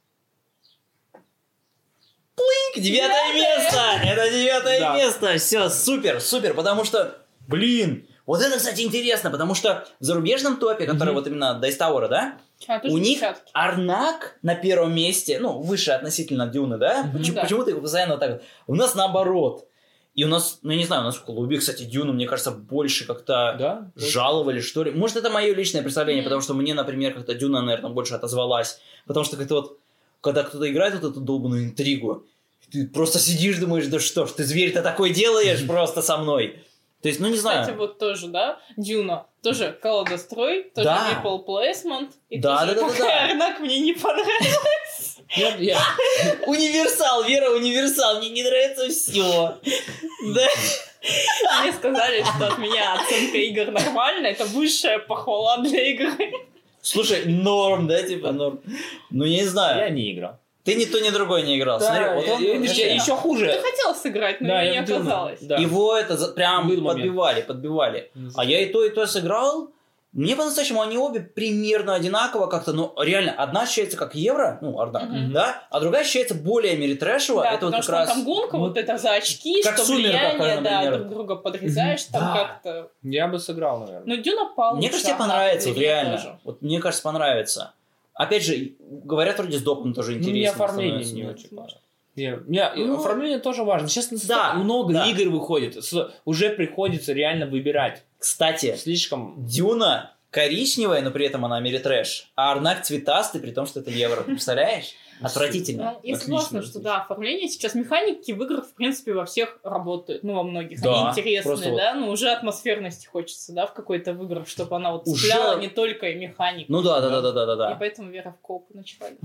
Плинк, девятое место! Это девятое Да. место! Все, супер, супер, потому что, блин, вот это, кстати, интересно, потому что в зарубежном топе, который Мгм. вот именно Dice Tower, да, А, тоже у них десятки. Арнак на первом месте, ну, выше относительно Дюны, да? Мгм. Почему- Да. Почему-то их постоянно вот так вот. У нас наоборот. И у нас, ну, я не знаю, у нас в клубе, кстати, Дюну, мне кажется, больше как-то Да? жаловали, что ли. Может, это мое личное представление, Mm. потому что мне, например, как-то Дюна, наверное, больше отозвалась. Потому что как-то вот, когда кто-то играет вот эту долбанную интригу, ты просто сидишь, думаешь, да что ж, ты зверь-то такой делаешь просто со мной. То есть, ну, не знаю. Кстати, вот тоже, да, Дюна, тоже колодострой, тоже Да. Meeple Placement. И Да, тоже да, да, да, какой да. Арнак мне не понравился. Я- я- Универсал, Вера, универсал, мне не нравится все. Да. Мне сказали, что от меня оценка игр нормальная, это высшая похвала для игры. Слушай, норм, да, типа норм. Ну, я не знаю. Я не играл. Ты ни то, ни другой не играл. Да, Смотри, вот он я- видишь, я вообще- еще Ты хуже. хотел сыграть, но Да, я я не думаю, оказалось. да. Его это за- прям Был момент. подбивали, подбивали. А я и то, и то сыграл. Мне по-настоящему они обе примерно одинаково как-то, но реально, одна ощущается как евро, ну, Арнак, Мгм. да, а другая ощущается более меритрэшево. Да, это вот потому как что раз... там гонка, вот это за очки, Как что в «Сумерках», влияние, да, например. друг друга подрезаешь, там Да. как-то... Я бы сыграл, наверное. Ну, Дюна получше. Мне кажется, тебе ага, понравится, вот мне реально. тоже. Вот мне кажется, понравится. Опять же, говорят, вроде с допом тоже Ну, интересно. мне оформление становится. не очень понравилось. Я- мне- Ну, оформление тоже важно. Сейчас да, много да. игр выходит. С- уже приходится реально выбирать. Кстати, Слишком... Дюна коричневая, но при этом она америтрэш, а Арнак цветастый, при том, что это евро. Ты представляешь? Отвратительно. Ну, я Отлично, согласна, что отлично. да, оформление сейчас механики в играх, в принципе, во всех работают, ну, во многих. Да, Они интересные, просто вот- да, но уже атмосферности хочется, да, в какой-то в играх, чтобы она вот Уже- цепляла не только механику. Ну да, да, да, да, да, да, И да. поэтому Вера в коопы начали.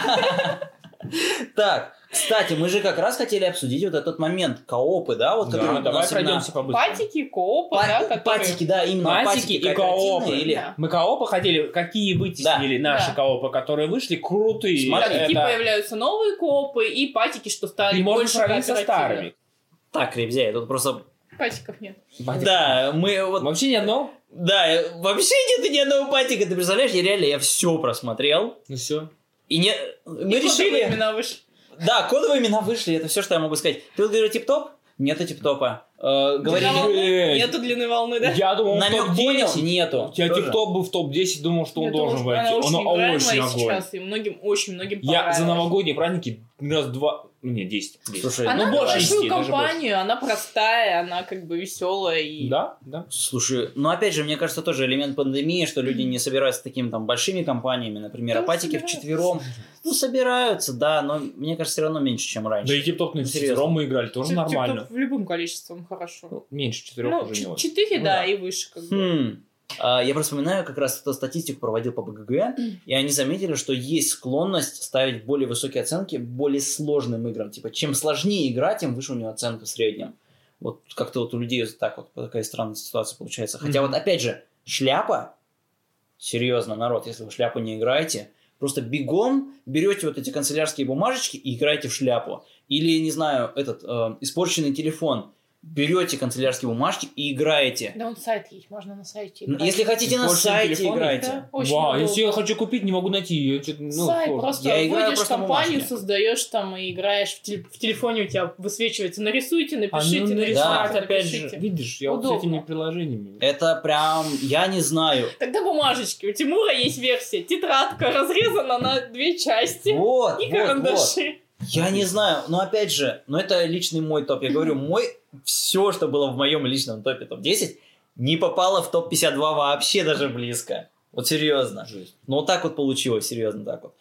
Так, кстати, мы же как раз хотели обсудить вот этот момент коопы, да, вот Да, который у давай нас именно- пройдемся побыстрее. Патики, коопы, Па- да, которые... Патики, да, именно Патики патики и кооперативные коопы. или... Да. Мы коопы хотели, какие вытеснили Да. наши Да. коопы, которые вышли, крутые. Смотри, Да, какие Это- появляются новые коопы и патики, что стали И можно больше сравнить со кооперативных. старыми. Так, ребзя, я тут просто... Патиков нет. Да, мы вот... Вообще ни одного? Да, вообще нет ни одного патика, ты представляешь? Я реально, я все просмотрел. Ну все. И не... Мы И кодовые решили... имена вышли. Да, кодовые имена вышли, это все, что я могу сказать. Ты вот говоришь тип-топ? Нету тип-топа. Э, Длина говорили... волны? Блин. Нету длины волны, да? Я думал, он в Намек топ понял? десять. Нету. Я Тоже. тип-топ был в топ десять, думал, что он Я должен думала, войти. Она очень Он играемая очень огонь. сейчас, и многим, очень многим Я за понравилась. новогодние праздники раз два... Ну, не, десять. десять. Слушай, Она ну, на больше большую десяти, даже компанию, она простая, она как бы веселая и... Да, да. Слушай, ну опять же, мне кажется, тоже элемент пандемии, что люди не собираются такими там большими компаниями, например, Да, а патики собираются. вчетвером. Ну, собираются, да, но мне кажется, все равно меньше, чем раньше. Да и тип-топ на Серьезно. четвером мы играли, тоже Тип- нормально. тип-топ в любом количестве хорошо. Ну, меньше четырех Ну, уже не ч- очень. четыре, Ну да, да. и выше как бы. Хм. А, Я просто вспоминаю, как раз эту статистику проводил по БГГ, и они заметили, что есть склонность ставить более высокие оценки более сложным играм. Типа, чем сложнее игра, тем выше у нее оценка в среднем. Вот как-то вот у людей вот так вот такая странная ситуация получается. Хотя Мгм. вот опять же, шляпа, серьезно, народ, если вы в шляпу не играете, просто бегом берете вот эти канцелярские бумажечки и играете в шляпу. Или, не знаю, этот э, испорченный телефон. Берете канцелярские бумажки и играете. Да, он сайт есть, можно на сайте Ну, играть. Если хотите на Испорченный сайте телефон, играйте. Да, очень Вау, удобно. если я хочу купить, не могу найти. Я чё-то, ну, Сайт, сложно. просто Я играю вводишь просто на компанию, бумажке. создаешь там и играешь. В, теле- в телефоне у тебя высвечивается нарисуйте, А, напишите, ну, нарисуйте, нарисовать, опять напишите. же, видишь, я вот с Удобно. этими приложениями. Это прям, я не знаю. Тогда бумажечки. У Тимура есть версия. Тетрадка разрезана на две части. Вот, И вот, вот. карандаши. Я не знаю, но опять же, но это личный мой топ. Я говорю, мой, все, что было в моем личном топе топ десять, не попало в топ пятьдесят два вообще даже близко. Вот серьезно. Жесть. Ну вот так вот получилось, серьезно так вот.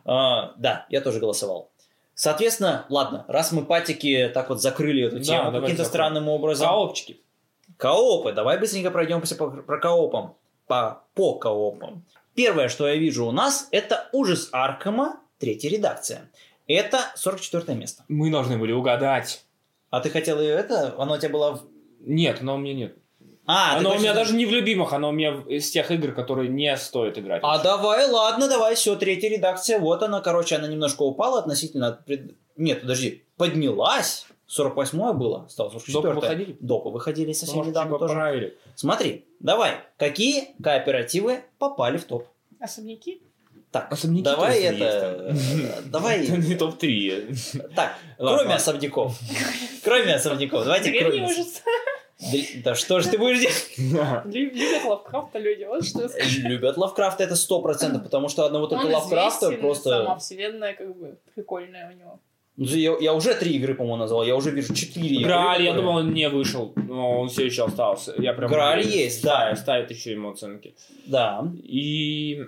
А, да, я тоже голосовал. Соответственно, ладно, раз мы патики так вот закрыли эту Да, тему давайте каким-то закроем. странным образом. Коопчики. Коопы. Давай быстренько пройдемся по, про коопам. По, по коопам. Первое, что я вижу у нас, это «Ужас Аркхема», третья редакция. Это сорок четвёртое место. Мы должны были угадать. А ты хотел ее это? Оно у тебя было... в- Нет, оно у меня нет. А, ты оно у хочешь- меня даже не в любимых, оно у меня в- из тех игр, которые не стоит играть. А давай, ладно, давай, все, третья редакция. Вот она, короче, она немножко упала относительно... пред- Нет, подожди, поднялась. сорок восьмое было, стало сорок четвёртое. Допы выходили? Допы выходили совсем Может, недавно типа тоже. поправили. Смотри, давай, какие кооперативы попали в топ? Особняки? Так, Особняки давай тоже это... есть э, Давай... Это не топ три. Так, Ладно, кроме ладно. особняков. Кроме особняков. Давайте Древний кроме... ужас. Да, да что же ты будешь делать? Лю- Любят Лавкрафта люди, вот что я скажу. Любят Лавкрафта, это сто процентов, потому что одного только Он Лавкрафта известен, просто... Сама вселенная как бы прикольная у него. Ну, Я, я уже три игры, по-моему, назвал, я уже вижу четыре игры. Грааль, я которые- думал, он не вышел, но он все еще остался. Я прям Грааль уверен. есть, да. Ставят еще ему оценки. Да. И...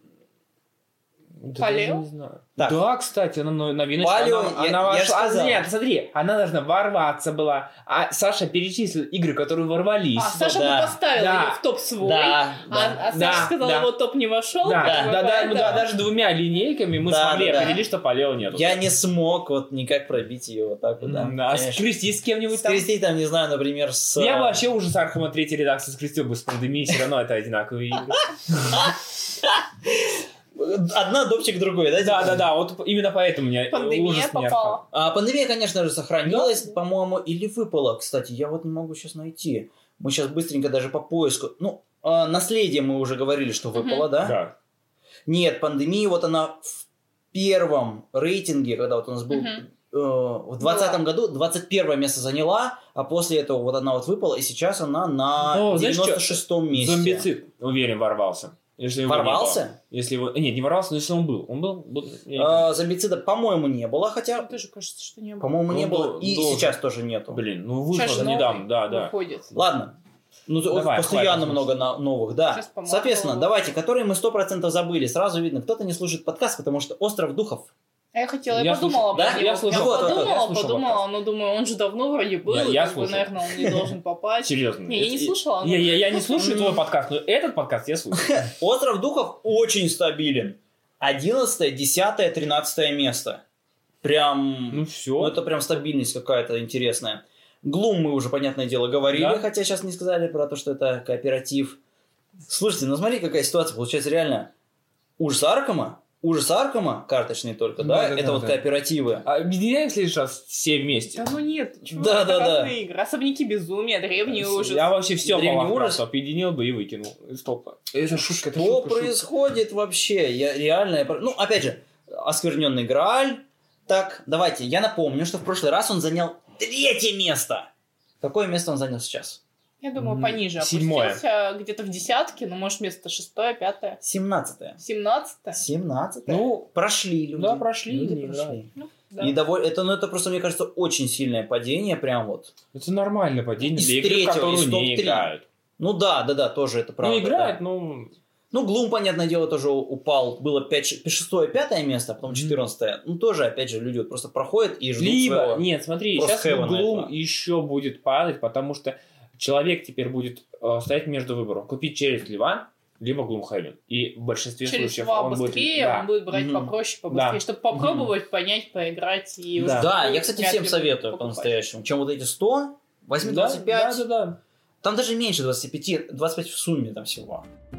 Да Палео? даже не знаю. Так. Да, кстати, она но- новиночка. Палео, она, я- она я ж вошла. А, сказал. нет, смотри, она должна ворваться была. А Саша перечислил игры, которые ворвались. А, Саша да. бы поставил Да. ее в топ свой. Да, да. А, а Саша Да, сказал, да. его топ не вошел. Да, как бы, да, да, поэтому- да, даже двумя линейками мы Да, смогли да, да. определить, что Палео нету. Я не смог вот никак пробить ее вот так вот, да. Да, Конечно. скрестить с кем-нибудь там. Скрестить там, не знаю, например, с... Я бы вообще уже с Архама третьей редакции скрестил бы с пандемией, все равно это одинаковые игры. Одна допчик другой, да? Да, типа? да, да, вот именно поэтому мне Пандемия ужас не попала. А, пандемия, конечно же, сохранилась, по-моему, или выпала, кстати, я вот не могу сейчас найти. Мы сейчас быстренько даже по поиску... Ну, а, наследие мы уже говорили, что выпало, да? Да. Нет, пандемия, вот она в первом рейтинге, когда вот у нас был... Мгм. э, В двадцатом году двадцать первое место заняла, а после этого вот она вот выпала, и сейчас она на Ну, знаешь девяносто шестом месте. Зомбицид, уверен, ворвался. Если его не Ворвался? было. Если его... Нет, не ворвался, но если он был. Он был? был... Я не помню. А, зомбицида, по-моему, не было, хотя, Мне тоже кажется, что не было. по-моему, не Он было, был- и должен. сейчас тоже нету. Блин, ну вышло Сейчас же же недавно, да, да. Выходит. Ладно. Ну, Давай, постоянно хватит, много на- новых, да. Сейчас, по-моему, Соответственно, было. давайте, которые мы сто процентов забыли. Сразу видно, кто-то не слушает подкаст, потому что «Остров духов». А я хотела, я, Я подумала слушал- про да? него. Я слушал Ну вот, вот, вот, подумала, я слушал подумала, подкаст. но думаю, он же давно вроде был, Я- и я как бы, слушал. наверное, он не должен попасть. Серьезно. Не, я не Это- слушала, но- Я, я, я не слушаю твой подкаст, но этот подкаст я слушаю. «Остров духов» очень стабилен. одиннадцатое, десятое, тринадцатое место. Прям... Ну Ну, все. это прям стабильность какая-то интересная. Глум мы уже, понятное дело, говорили, Да. хотя сейчас не сказали про то, что это кооператив. Слушайте, ну смотри, какая ситуация. Получается реально ужас Аркама, ужас Аркама, карточный только, да, Да, да, это да, вот да. кооперативы. А объединяем в следующий раз все вместе. Да ну нет, чувак, Да, это да, да. разные игры. Особняки безумия, древний ужас. Я вообще все Древний по ужас. объединил бы и выкинул из топа. Это шутка, это Что шутка, шутка. происходит вообще? Я реально... я про- Ну, опять же, оскверненный Грааль. Так, давайте, я напомню, что в прошлый раз он занял третье место. Какое место он занял сейчас? Я думаю, М, пониже седьмое. опустился, где-то в десятке, ну, может, место шестое, пятое, семнадцатое. семнадцатое. семнадцатое. Ну, Прошли люди. да, прошли, Люди да. прошли. Ну, да. И довольно, это, ну, это просто, мне кажется, очень сильное падение, прям вот. это нормальное падение Из для игры, в третьего, которую из не топ-три. играют. Ну да, да, да, тоже это правда. Ну, играют, да. ну... Ну, Глум, понятное дело, тоже упал. Было пять, шестое, пятое место, а потом Мгм. четырнадцатое. Ну, тоже, опять же, люди вот просто проходят и ждут Либо, своего. нет, смотри, просто сейчас хэвена Глум этого. еще будет падать, потому что человек теперь будет э, стоять между выбором. Купить через Ливан, либо Глумхевен. И в большинстве Через случаев два он будет... быстрее, да. он будет брать Мгм. попроще, побыстрее, Да. чтобы попробовать, понять, поиграть. И Да. уже Да, я, кстати, вряд всем ли советую покупать. по-настоящему. Чем вот эти сто, возьми Да, двадцать пять. Да, да, да. Там даже меньше двадцати пяти, двадцать пять в сумме там всего.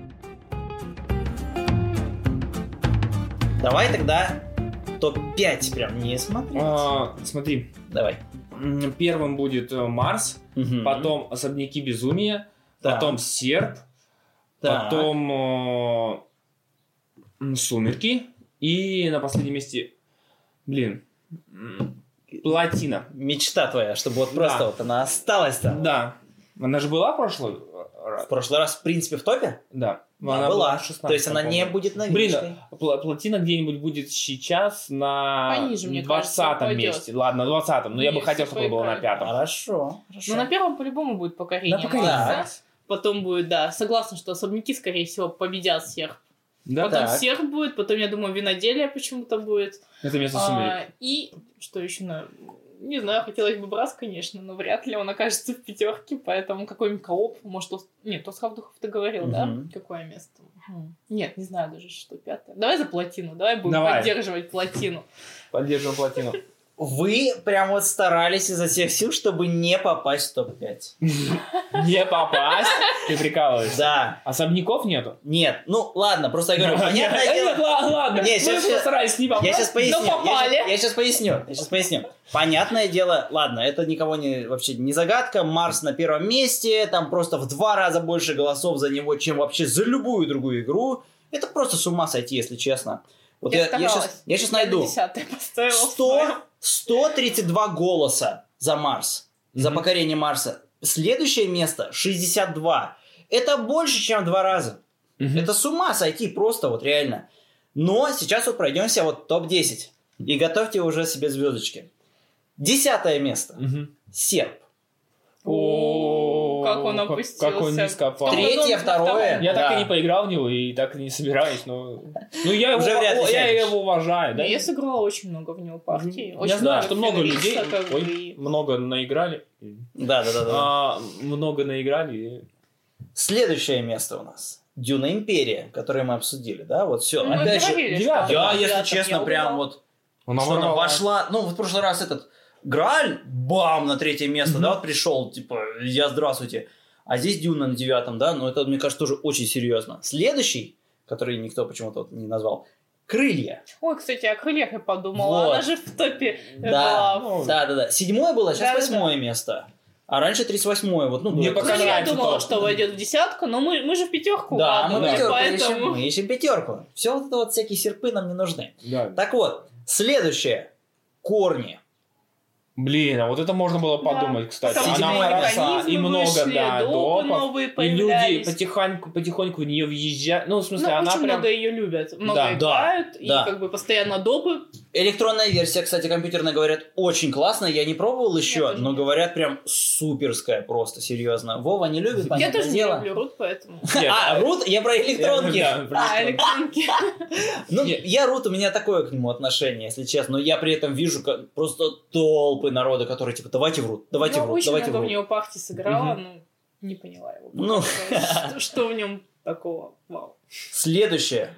Давай тогда топ пять прям не смотреть. А, смотри, Давай. м, первым будет э, Марс, Мгм. потом Особняки Безумия, Так. потом Серп, Так. потом э, м, Сумерки и на последнем месте, блин, м, Плотина. Мечта твоя, чтобы вот просто Да. вот она осталась-то. Да. Она же была в прошлый раз? В прошлый раз, в принципе, в топе? Да. Она Она была. в шестнадцатом, То есть она не по-моему. будет Блин, новичкой. пла- плотина где-нибудь будет сейчас на Пониже, мне кажется, двадцатом пойдет. месте. Ладно, на двадцатом. Но я бы Если хотел, чтобы это было на поиграть. пятом. Хорошо. хорошо. Ну, на первом по-любому будет покорение На покорение. Марса. Потом будет, да, согласна, что особняки, скорее всего, победят серп. Да, Потом так. серп будет, потом, я думаю, виноделие почему-то будет. это место А, Сумерек. и что еще? на- Не знаю, хотелось бы Брас, конечно, но вряд ли он окажется в пятерке, поэтому какой-нибудь кооп, может, ос- нет, Остров Духов ты говорил, да? Мгм. Какое место? Мгм. Нет, не знаю даже, что пятое. Давай за плотину, давай будем Давай. поддерживать плотину. Поддерживаем плотину. Вы прям вот старались изо всех сил, чтобы не попасть в топ пять. Не попасть. Ты прикалываешься. Да. Особняков нету? Нет. Ну, ладно, просто я говорю, понятное Нет, дело... нет, ладно, ладно. Не, Мы щас- щас- постарались не попасть. Я сейчас поясню. но Я попали. щас- Я сейчас поясню. Я сейчас поясню. Понятное дело, ладно, это никого не вообще не загадка. Марс на первом месте, там просто в два раза больше голосов за него, чем вообще за любую другую игру. Это просто с ума сойти, если честно. Вот я, я, старалась. сейчас, я сейчас Я найду. на десятое поставила. сто, сто тридцать два голоса за Марс, за Мгм. покорение Марса. Следующее место шестьдесят два. Это больше, чем в два раза. Мгм. Это с ума сойти просто, вот реально. Но сейчас вот пройдемся вот топ десять. И готовьте уже себе звездочки. Десятое место. Мгм. Серп. О, как он как- опустился. Как он низко В том опал. году Третье, он на второе. втором. Я так Да. и не поиграл в него, и так и не собираюсь, но... Ну, я его, Уже вряд ли я сядешь. его уважаю, да? Не, Я сыграла очень много в него партий. Я Очень знаю, что много финалиста, людей как бы, ой, и- много наиграли. Да, да, да, да. А, много наиграли. и- Следующее место у нас. Дюна Империя, которую мы обсудили, да? Вот все. Ну, мы Опять же, говорили, девятый. что я, девятый если я честно, угадала. прям вот Она что она ворвала. вошла. Ну, вот в прошлый раз этот Грааль, бам, на третье место, Мгм. да, вот пришел, типа, я здравствуйте. А здесь Дюна на девятом, да, но это, мне кажется, тоже очень серьезно. Следующий, который никто почему-то вот не назвал, Крылья. Ой, кстати, о крыльях я подумала. Вот. Она же в топе Да, была. да, да, да. Седьмое было, сейчас Да-да-да. восьмое место. А раньше тридцать восьмое. Вот, ну, Мне ну, пока Ну, я нравится думала, то. что войдет в десятку, но мы, мы же в пятерку Да, мы угадывали, пятерку ищем, поэтому... мы ищем пятерку. Все вот это вот всякие серпы нам не нужны. Да. Так вот, следующее. Корни. Блин, а вот это можно было Да. подумать, кстати. Там Седьмой Она хороша, механизмы и много, вышли, да, допы допов. новые И появлялись. люди потихоньку, потихоньку в нее въезжают. Ну, в смысле, Ну, она очень прям... много ее любят, много Да, играют, и да. как бы постоянно допы. Электронная версия, кстати, компьютерная, говорят, очень классная. Я не пробовал еще, тоже но нет. говорят, прям суперская просто, серьезно. Вова не любит, Я понятное тоже не дело. люблю рут, поэтому... Нет, А, Рут, я про электронки. Да, про А, электронки. электронки. Ну, Нет. я Рут, у меня такое к нему отношение, если честно. Но я при этом вижу как просто толпы народа, которые типа, давайте в Рут, давайте Я в Рут, очень давайте в много в Рут. него партий сыграла, Мгм. но не поняла его. Ну. Что- Что в нем такого? Вау. Следующее.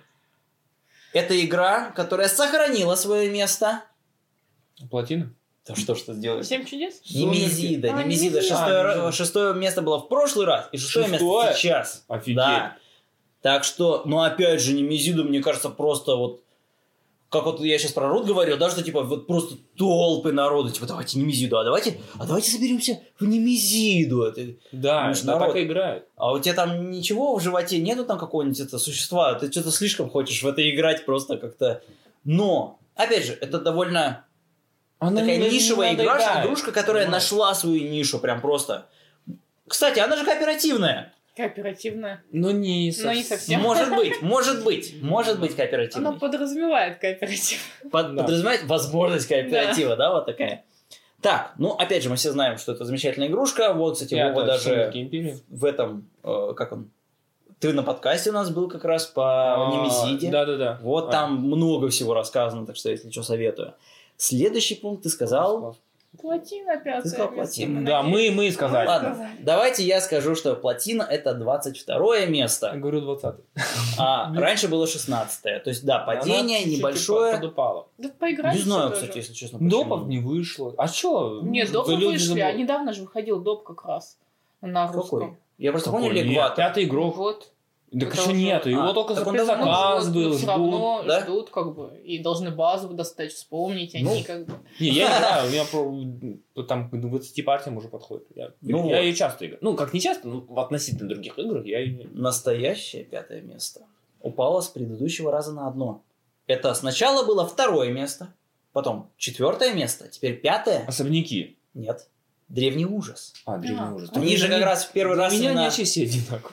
Это игра, которая сохранила свое место. Плотина? Да что ж ты сделаешь? Семь чудес? Немезида, А, Немезида. Немезида. Шестое, А, ра- Немезида. шестое место было в прошлый раз, и шестое, Шестое? место сейчас. Офигеть. Да. Так что, ну опять же, Немезиду, мне кажется, просто вот, как вот я сейчас про Рут говорил, да, что типа вот просто толпы народа, типа давайте Немезиду, а давайте, а давайте соберемся в Немезиду. Это- Да, Ну, что да, народ. так и играют. А у тебя там ничего в животе нету там какого-нибудь это существа, ты что-то слишком хочешь в это играть просто как-то. Но, опять же, это довольно Она такая не- не нишевая игра, надоедает. игрушка, которая Понимаешь? нашла свою нишу прям просто. Кстати, она же кооперативная. Кооперативная. Ну, не Но не совсем. Может быть, может быть, может быть кооперативной. Она подразумевает кооператив. Под- Да. Подразумевает возможность кооператива, да, вот такая. Так, ну опять же, мы все знаем, что это замечательная игрушка. Вот, кстати, Я Вова даже даже империи. в этом, э, как он, ты на подкасте у нас был как раз по Немезиде. Да, да, да. Вот там много всего рассказано, так что, если что, советую. Следующий пункт ты сказал. Плотина пятая. Ты сказал место, плотина. Да, мы, мы сказали. Ладно, сказали. давайте я скажу, что плотина это двадцать второе Я место, говорю двадцатый. а раньше было шестнадцатое. То есть, да, падение Она чуть-чуть небольшое. подупала. Да поиграли Не знаю, тоже. кстати, если честно. почему. Допов не вышло. А чё? Нет, допы Люди вышли, забыли. а недавно же выходил доп как раз на Какой? русском. Я просто Какой? помню Нет, Легватор. Пятый игрок. Вот. Так Это еще уже- нету. Его А, только так за он давно- предзаказ Ну, был, все ждут. равно да? ждут, как бы, и должны базу достать, вспомнить, они Ну. как бы... Не, я не знаю, у меня про- там к двадцати партиям уже подходит. Я, Ну я вот. ее часто играю. Ну, как не часто, но в относительно других игр я ее... Настоящее пятое место упало с предыдущего раза на одно. Это сначала было второе место, потом четвертое место, теперь пятое. Особняки. Нет. Древний ужас. А, древний А, ужас. Они же как раз в первый Для раз меня именно- они вообще все одинаковые.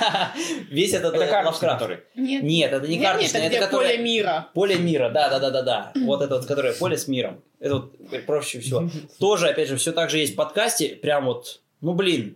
Весь этот Это э, карточный, Лавкрафт. который. Нет, Нет, это не нет, карточный, это это где которое- поле мира. Поле мира, да, да, да, да, да. Вот это вот, которое поле с миром. Это вот проще всего. Тоже, опять же, все так же есть в подкасте. Прям вот, ну блин.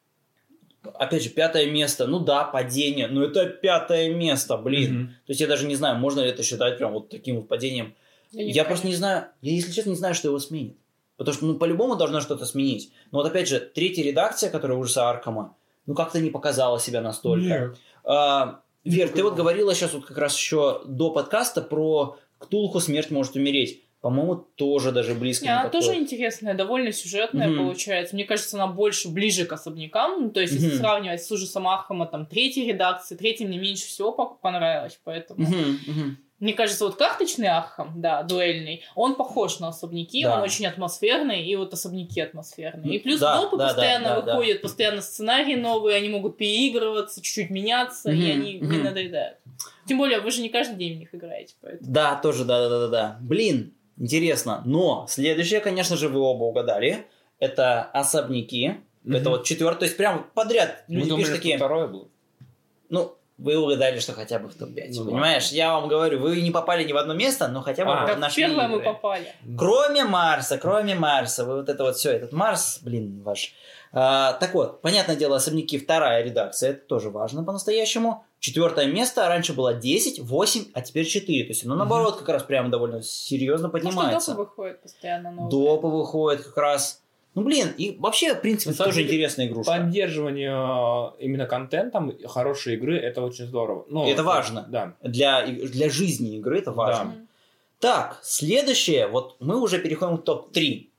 Опять же, пятое место. Ну да, падение. Но это пятое место, блин. Мгм. То есть я даже не знаю, можно ли это считать прям вот таким вот падением. Да нет, Я просто не конечно. знаю, я, если честно, не знаю, что его сменит. Потому что, ну, по-любому должно что-то сменить. Но вот опять же, третья редакция, которая ужаса Аркама, ну, как-то не показала себя настолько. Нет. А, Не Вер, ты показала. вот говорила сейчас вот как раз еще до подкаста про Ктулху «Смерть может умереть». По-моему, тоже даже близко Не, не она подходит. тоже интересная, довольно сюжетная Мгм. получается. Мне кажется, она больше ближе к особнякам. Ну, то есть, если Мгм. сравнивать с ужасом Архама, там, третьей редакции, третьей мне меньше всего по- понравилось, поэтому... Мгм, мгм. Мне кажется, вот карточный Архам, да, дуэльный, он похож на особняки, Да. он очень атмосферный, и вот особняки атмосферные. И Ну, плюс да, допы да, постоянно да, да, да. выходят, постоянно сценарии новые, они могут переигрываться, чуть-чуть меняться, и Мгм, они не мгм. надоедают. Тем более, вы же не каждый день в них играете, поэтому... Да, тоже, да-да-да-да. Блин, интересно. Но следующее, конечно же, вы оба угадали. Это особняки. Мгм. Это вот четвертое. То есть прям подряд Мы люди думали, пишут что такие... второе было. Ну, вы угадали, что хотя бы в топ пять. Ну, Понимаешь, да. я вам говорю, вы не попали ни в одно место, но хотя бы А, Так нашли первое мы игры. попали. Кроме Марса, кроме Марса, вы вот это вот все, этот Марс, блин, ваш. А, так вот, понятное дело, особняки вторая редакция, это тоже важно по-настоящему. Четвертое место, раньше было десять, восемь, а теперь четыре. То есть, ну, наоборот, как раз прямо довольно серьезно поднимается. Потому что допы выходят постоянно новые. Допы выходят как раз. Ну, блин, и вообще, в принципе, На самом тоже деле, интересная игрушка. Поддерживание э, именно контентом хорошей игры это очень здорово. Ну, Это важно. Да. Для, для жизни игры это важно. Мгм. Так, следующее, вот мы уже переходим к топ три.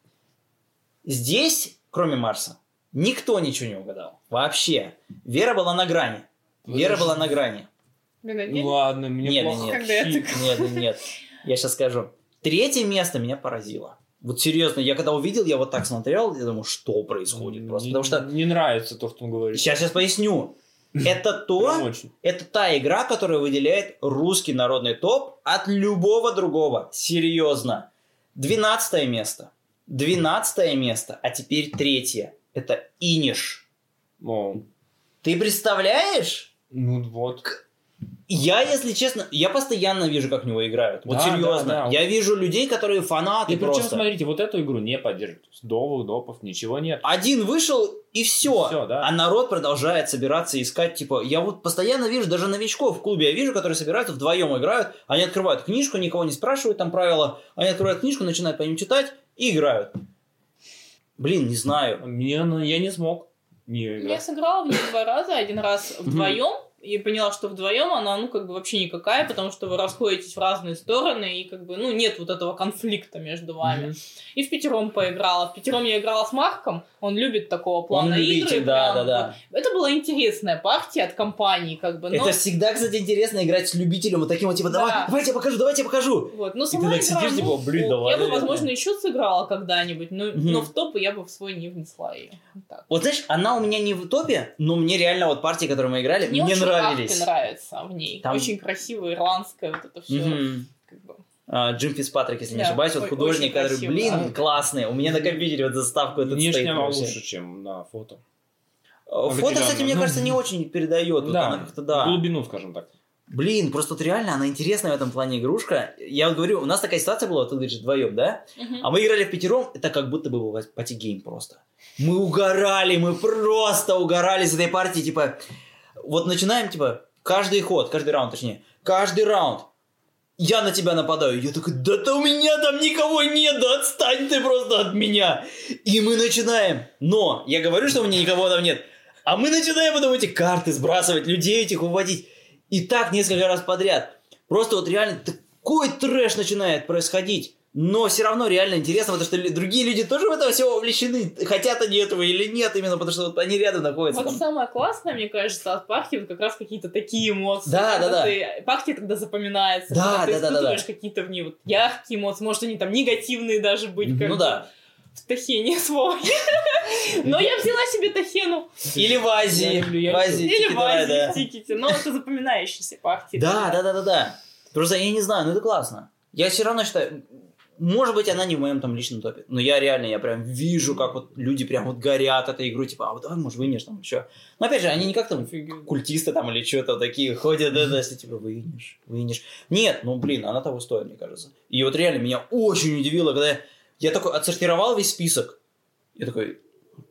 Здесь, кроме Марса, никто ничего не угадал. Вообще. Вера была на грани. Вера была на грани. Винодельня? Ладно, мне Нет, плохо. нет, Когда я Хи- так- Нет, нет, нет. Я сейчас скажу. Третье место меня поразило. Вот серьезно, я когда увидел, я вот так смотрел, я думаю, что происходит просто. Не- Потому что... Не нравится то, что он говорит. Сейчас, сейчас поясню. Это Прям то, очень. это та игра, которая выделяет русский народный топ от любого другого. Серьезно. Двенадцатое место. Двенадцатое место, а теперь третье. Это Иниш. О, Ты представляешь? ну вот. Я, если честно, я постоянно вижу, как в него играют. Вот Да, серьезно. да, да. Я вижу людей, которые фанаты И причем, просто. смотрите, вот эту игру не поддерживают. Довых, допов, ничего нет. Один вышел, и все. Всё, да. А народ продолжает собираться и искать, типа, я вот постоянно вижу, даже новичков в клубе я вижу, которые собираются, вдвоем играют, они открывают книжку, никого не спрашивают там правила, они открывают книжку, начинают по ним читать и играют. Блин, не знаю. Мне, она- я не смог не Я играть. сыграла в нее два раза, один раз вдвоем, и поняла, что вдвоем она, ну, как бы вообще никакая, потому что вы расходитесь в разные стороны, и как бы, ну, нет вот этого конфликта между вами. Мгм. И в пятером поиграла. В пятером я играла с Марком, он любит такого плана Он любитель, игры. да, прям да, да. вот. Это была интересная партия от компании, как бы, но... Это всегда, кстати, интересно играть с любителем, вот таким вот, типа, давай, Да. давайте я покажу, давайте я покажу. Вот, но ты сама так игра, сидишь, ну, типа, блин, ок. давай, Я бы, наверное. возможно, еще сыграла когда-нибудь, но, Мгм. но в топы я бы в свой не внесла ее. Вот так. Вот знаешь, она у меня не в топе, но мне реально вот партии, которые мы играли, Мне мне очень нравились. арты нравится в ней. Там- Очень красивая, ирландская, вот это все. Мгм. Как бы. А, Джим Фицпатрик, если не Да, ошибаюсь, вот ой, художник, очень который, красиво, блин, да. классный. У меня на компьютере вот заставку этот Внешне стоит. она вообще. лучше, чем на фото. Э, Фото, кстати, Определенно. мне Ну, кажется, не очень передает. Вот она как-то, да. Глубину, скажем так. Блин, просто вот реально она интересная в этом плане игрушка. Я вот говорю, у нас такая ситуация была, ты говоришь, вдвоем, да? Мгм. А мы играли в пятером, это как будто бы был пати-гейм просто. Мы угорали, мы просто угорали с этой партии, типа, вот начинаем, типа, каждый ход, каждый раунд, точнее, каждый раунд. Я на тебя нападаю. Я такой, да-то у меня там никого нет, да отстань ты просто от меня. И мы начинаем. Но я говорю, что у меня никого там нет. А мы начинаем потом эти карты сбрасывать, людей этих уводить. И так несколько раз подряд. Просто вот реально такой трэш начинает происходить. Но все равно реально интересно, потому что лю- другие люди тоже в это все вовлечены. Хотят они этого или нет, именно потому что вот они рядом находятся. Вот там. самое классное, мне кажется, от партии вот как раз какие-то такие эмоции. Да, Когда да, да. ты- Партия тогда запоминается. Да, когда ты да, да, да, испытываешь да. какие-то в ней вот яркие эмоции. Может, они там негативные даже быть. как Ну бы. да. В Тахене свой. Но я взяла себе Тахену. Или в Азии. Я люблю, я В Азии. Или тики, в давай, Азии, да. в Тикете. Но это запоминающиеся партии. Да, да, да, да, да. Просто я не знаю, ну это классно. Я все равно считаю, может быть, она не в моем там личном топе, но я реально, я прям вижу, как вот люди прям вот горят этой игрой, типа, а вот давай, может, вынешь там еще. Но опять же, они не как там культисты там или что-то такие ходят, да, да, если типа вынешь, вынешь. Нет, ну блин, она того стоит, мне кажется. И вот реально меня очень удивило, когда я, я такой отсортировал весь список. Я такой,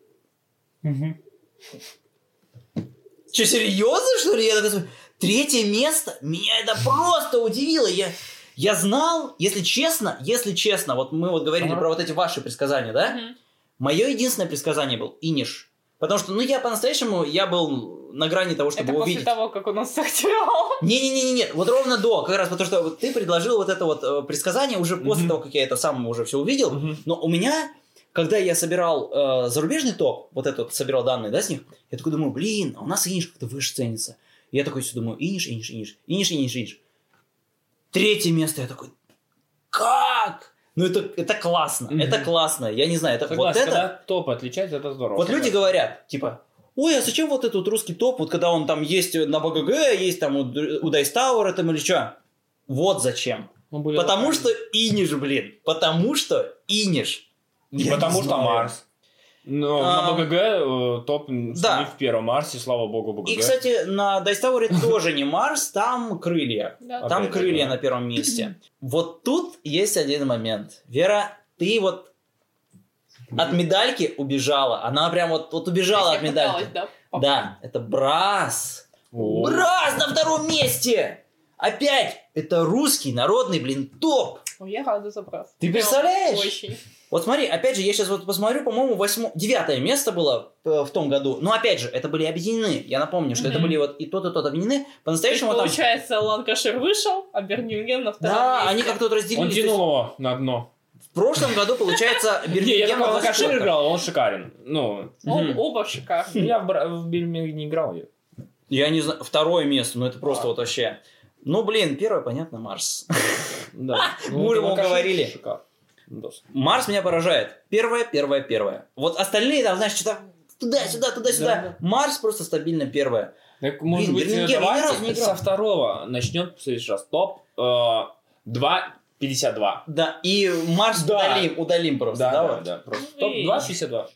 что, серьезно, что ли? Я такой, третье место? Меня это просто удивило. Я, я знал, если честно, если честно, вот мы вот говорили Ага. про вот эти ваши предсказания, да? Мгм. Мое единственное предсказание был Иниш. Потому что, ну, я по-настоящему, я был на грани того, чтобы Это после увидеть. того, как он нас сортировал. Не-не-не-не, вот ровно до, как раз потому что вот ты предложил вот это вот э, предсказание уже после Мгм. того, как я это сам уже все увидел. Мгм. Но у меня, когда я собирал э, зарубежный топ, вот этот собирал данные, да, с них, я такой думаю, блин, а у нас Иниш как-то выше ценится. И я такой все думаю, Иниш, Иниш, Иниш, Иниш, Иниш, Иниш. Третье место, я такой, как? Ну это, это классно, Мгм. это классно, я не знаю, это Согласен, вот это... когда топ отличается, это здорово. Вот люди Согласен. говорят, типа, ой, а зачем вот этот русский топ, вот когда он там есть на БГГ, есть там у, у Dice Tower там или что? Вот зачем. Он более Потому локальный. что Иниш, блин. Потому что Иниш. Не Я потому не что знаю. Марс. Но А, на БГГ э, топ да. не в первом Марсе, слава богу, БГГ. И, кстати, на Dice Tower тоже не Марс, там крылья. Да. Там Опять же, крылья да. на первом месте. Вот тут есть один момент. Вера, ты вот от медальки убежала. Она прям вот, вот убежала Я от медальки. пыталась, да, попасть. Да, это Брас. О. Брас на втором месте! Опять! Это русский народный, блин, топ! Ой, я рада за Брас. Ты Прям представляешь? Очень. Вот смотри, опять же, я сейчас вот посмотрю, по-моему, восьмо... девятое место было э, в том году. Но опять же, это были объединены. Я напомню, что это Мгм. были вот и тот, и тот объединены. То есть, По-настоящему там... получается, Ланкашир вышел, а Бирмингем на втором Да, месте. они как-то вот Он разделились. тянул его на дно. В прошлом году, получается, Не, я Бирмингем только на Ланкашир восьмерках. играл, он шикарен. Ну, О- Мгм. Оба шикарные. я в, Бра- в Бирмингеме не играл. Я. Я не знаю, второе место, ну это просто А. вот вообще... Ну, блин, первое, понятно, Марс. Да. Мы уже ему Ланкашир говорили. шикарен. Да. Марс меня поражает. Первое, первое, первое. Вот остальные там, знаешь, что-то туда-сюда, туда-сюда. Да, да. Марс просто стабильно первое. Так, может быть, Бирмингем, я ни разу не давайте играл. со второго начнем в следующий раз. Топ э, два пятьдесят два. Да, и Марс Да. удалим, удалим просто, Да, да, да, вот? да. Просто Ну топ и- два пятьдесят два.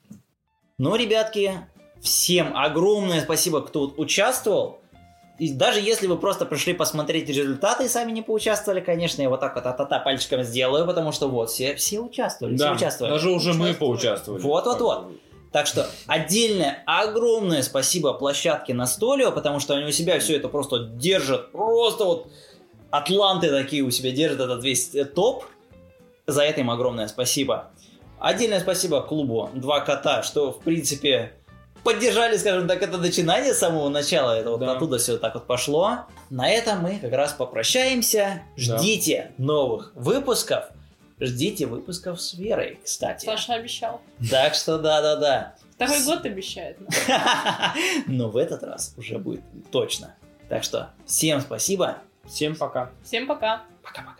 Ну, ребятки, всем огромное спасибо, кто вот участвовал. И даже если вы просто пришли посмотреть результаты и сами не поучаствовали, конечно, я вот так вот а-та-та пальчиком сделаю, потому что вот, все, все участвовали, все Да, участвовали. даже уже мы Участвовали. поучаствовали. Вот-вот-вот. Так что отдельное огромное спасибо площадке Настолио, потому что они у себя все это просто держат, просто вот атланты такие у себя держат этот весь э, топ. За это им огромное спасибо. Отдельное спасибо клубу «Два кота», что, в принципе, поддержали, скажем так, это начинание с самого начала. Это вот Да. оттуда все так вот пошло. На этом мы как раз попрощаемся. Ждите новых выпусков. Ждите выпусков с Верой, кстати. Саша обещал. Так что да-да-да. Второй год обещает. нам. Но в этот раз уже будет точно. Так что всем спасибо. Всем пока. Всем пока. Пока-пока.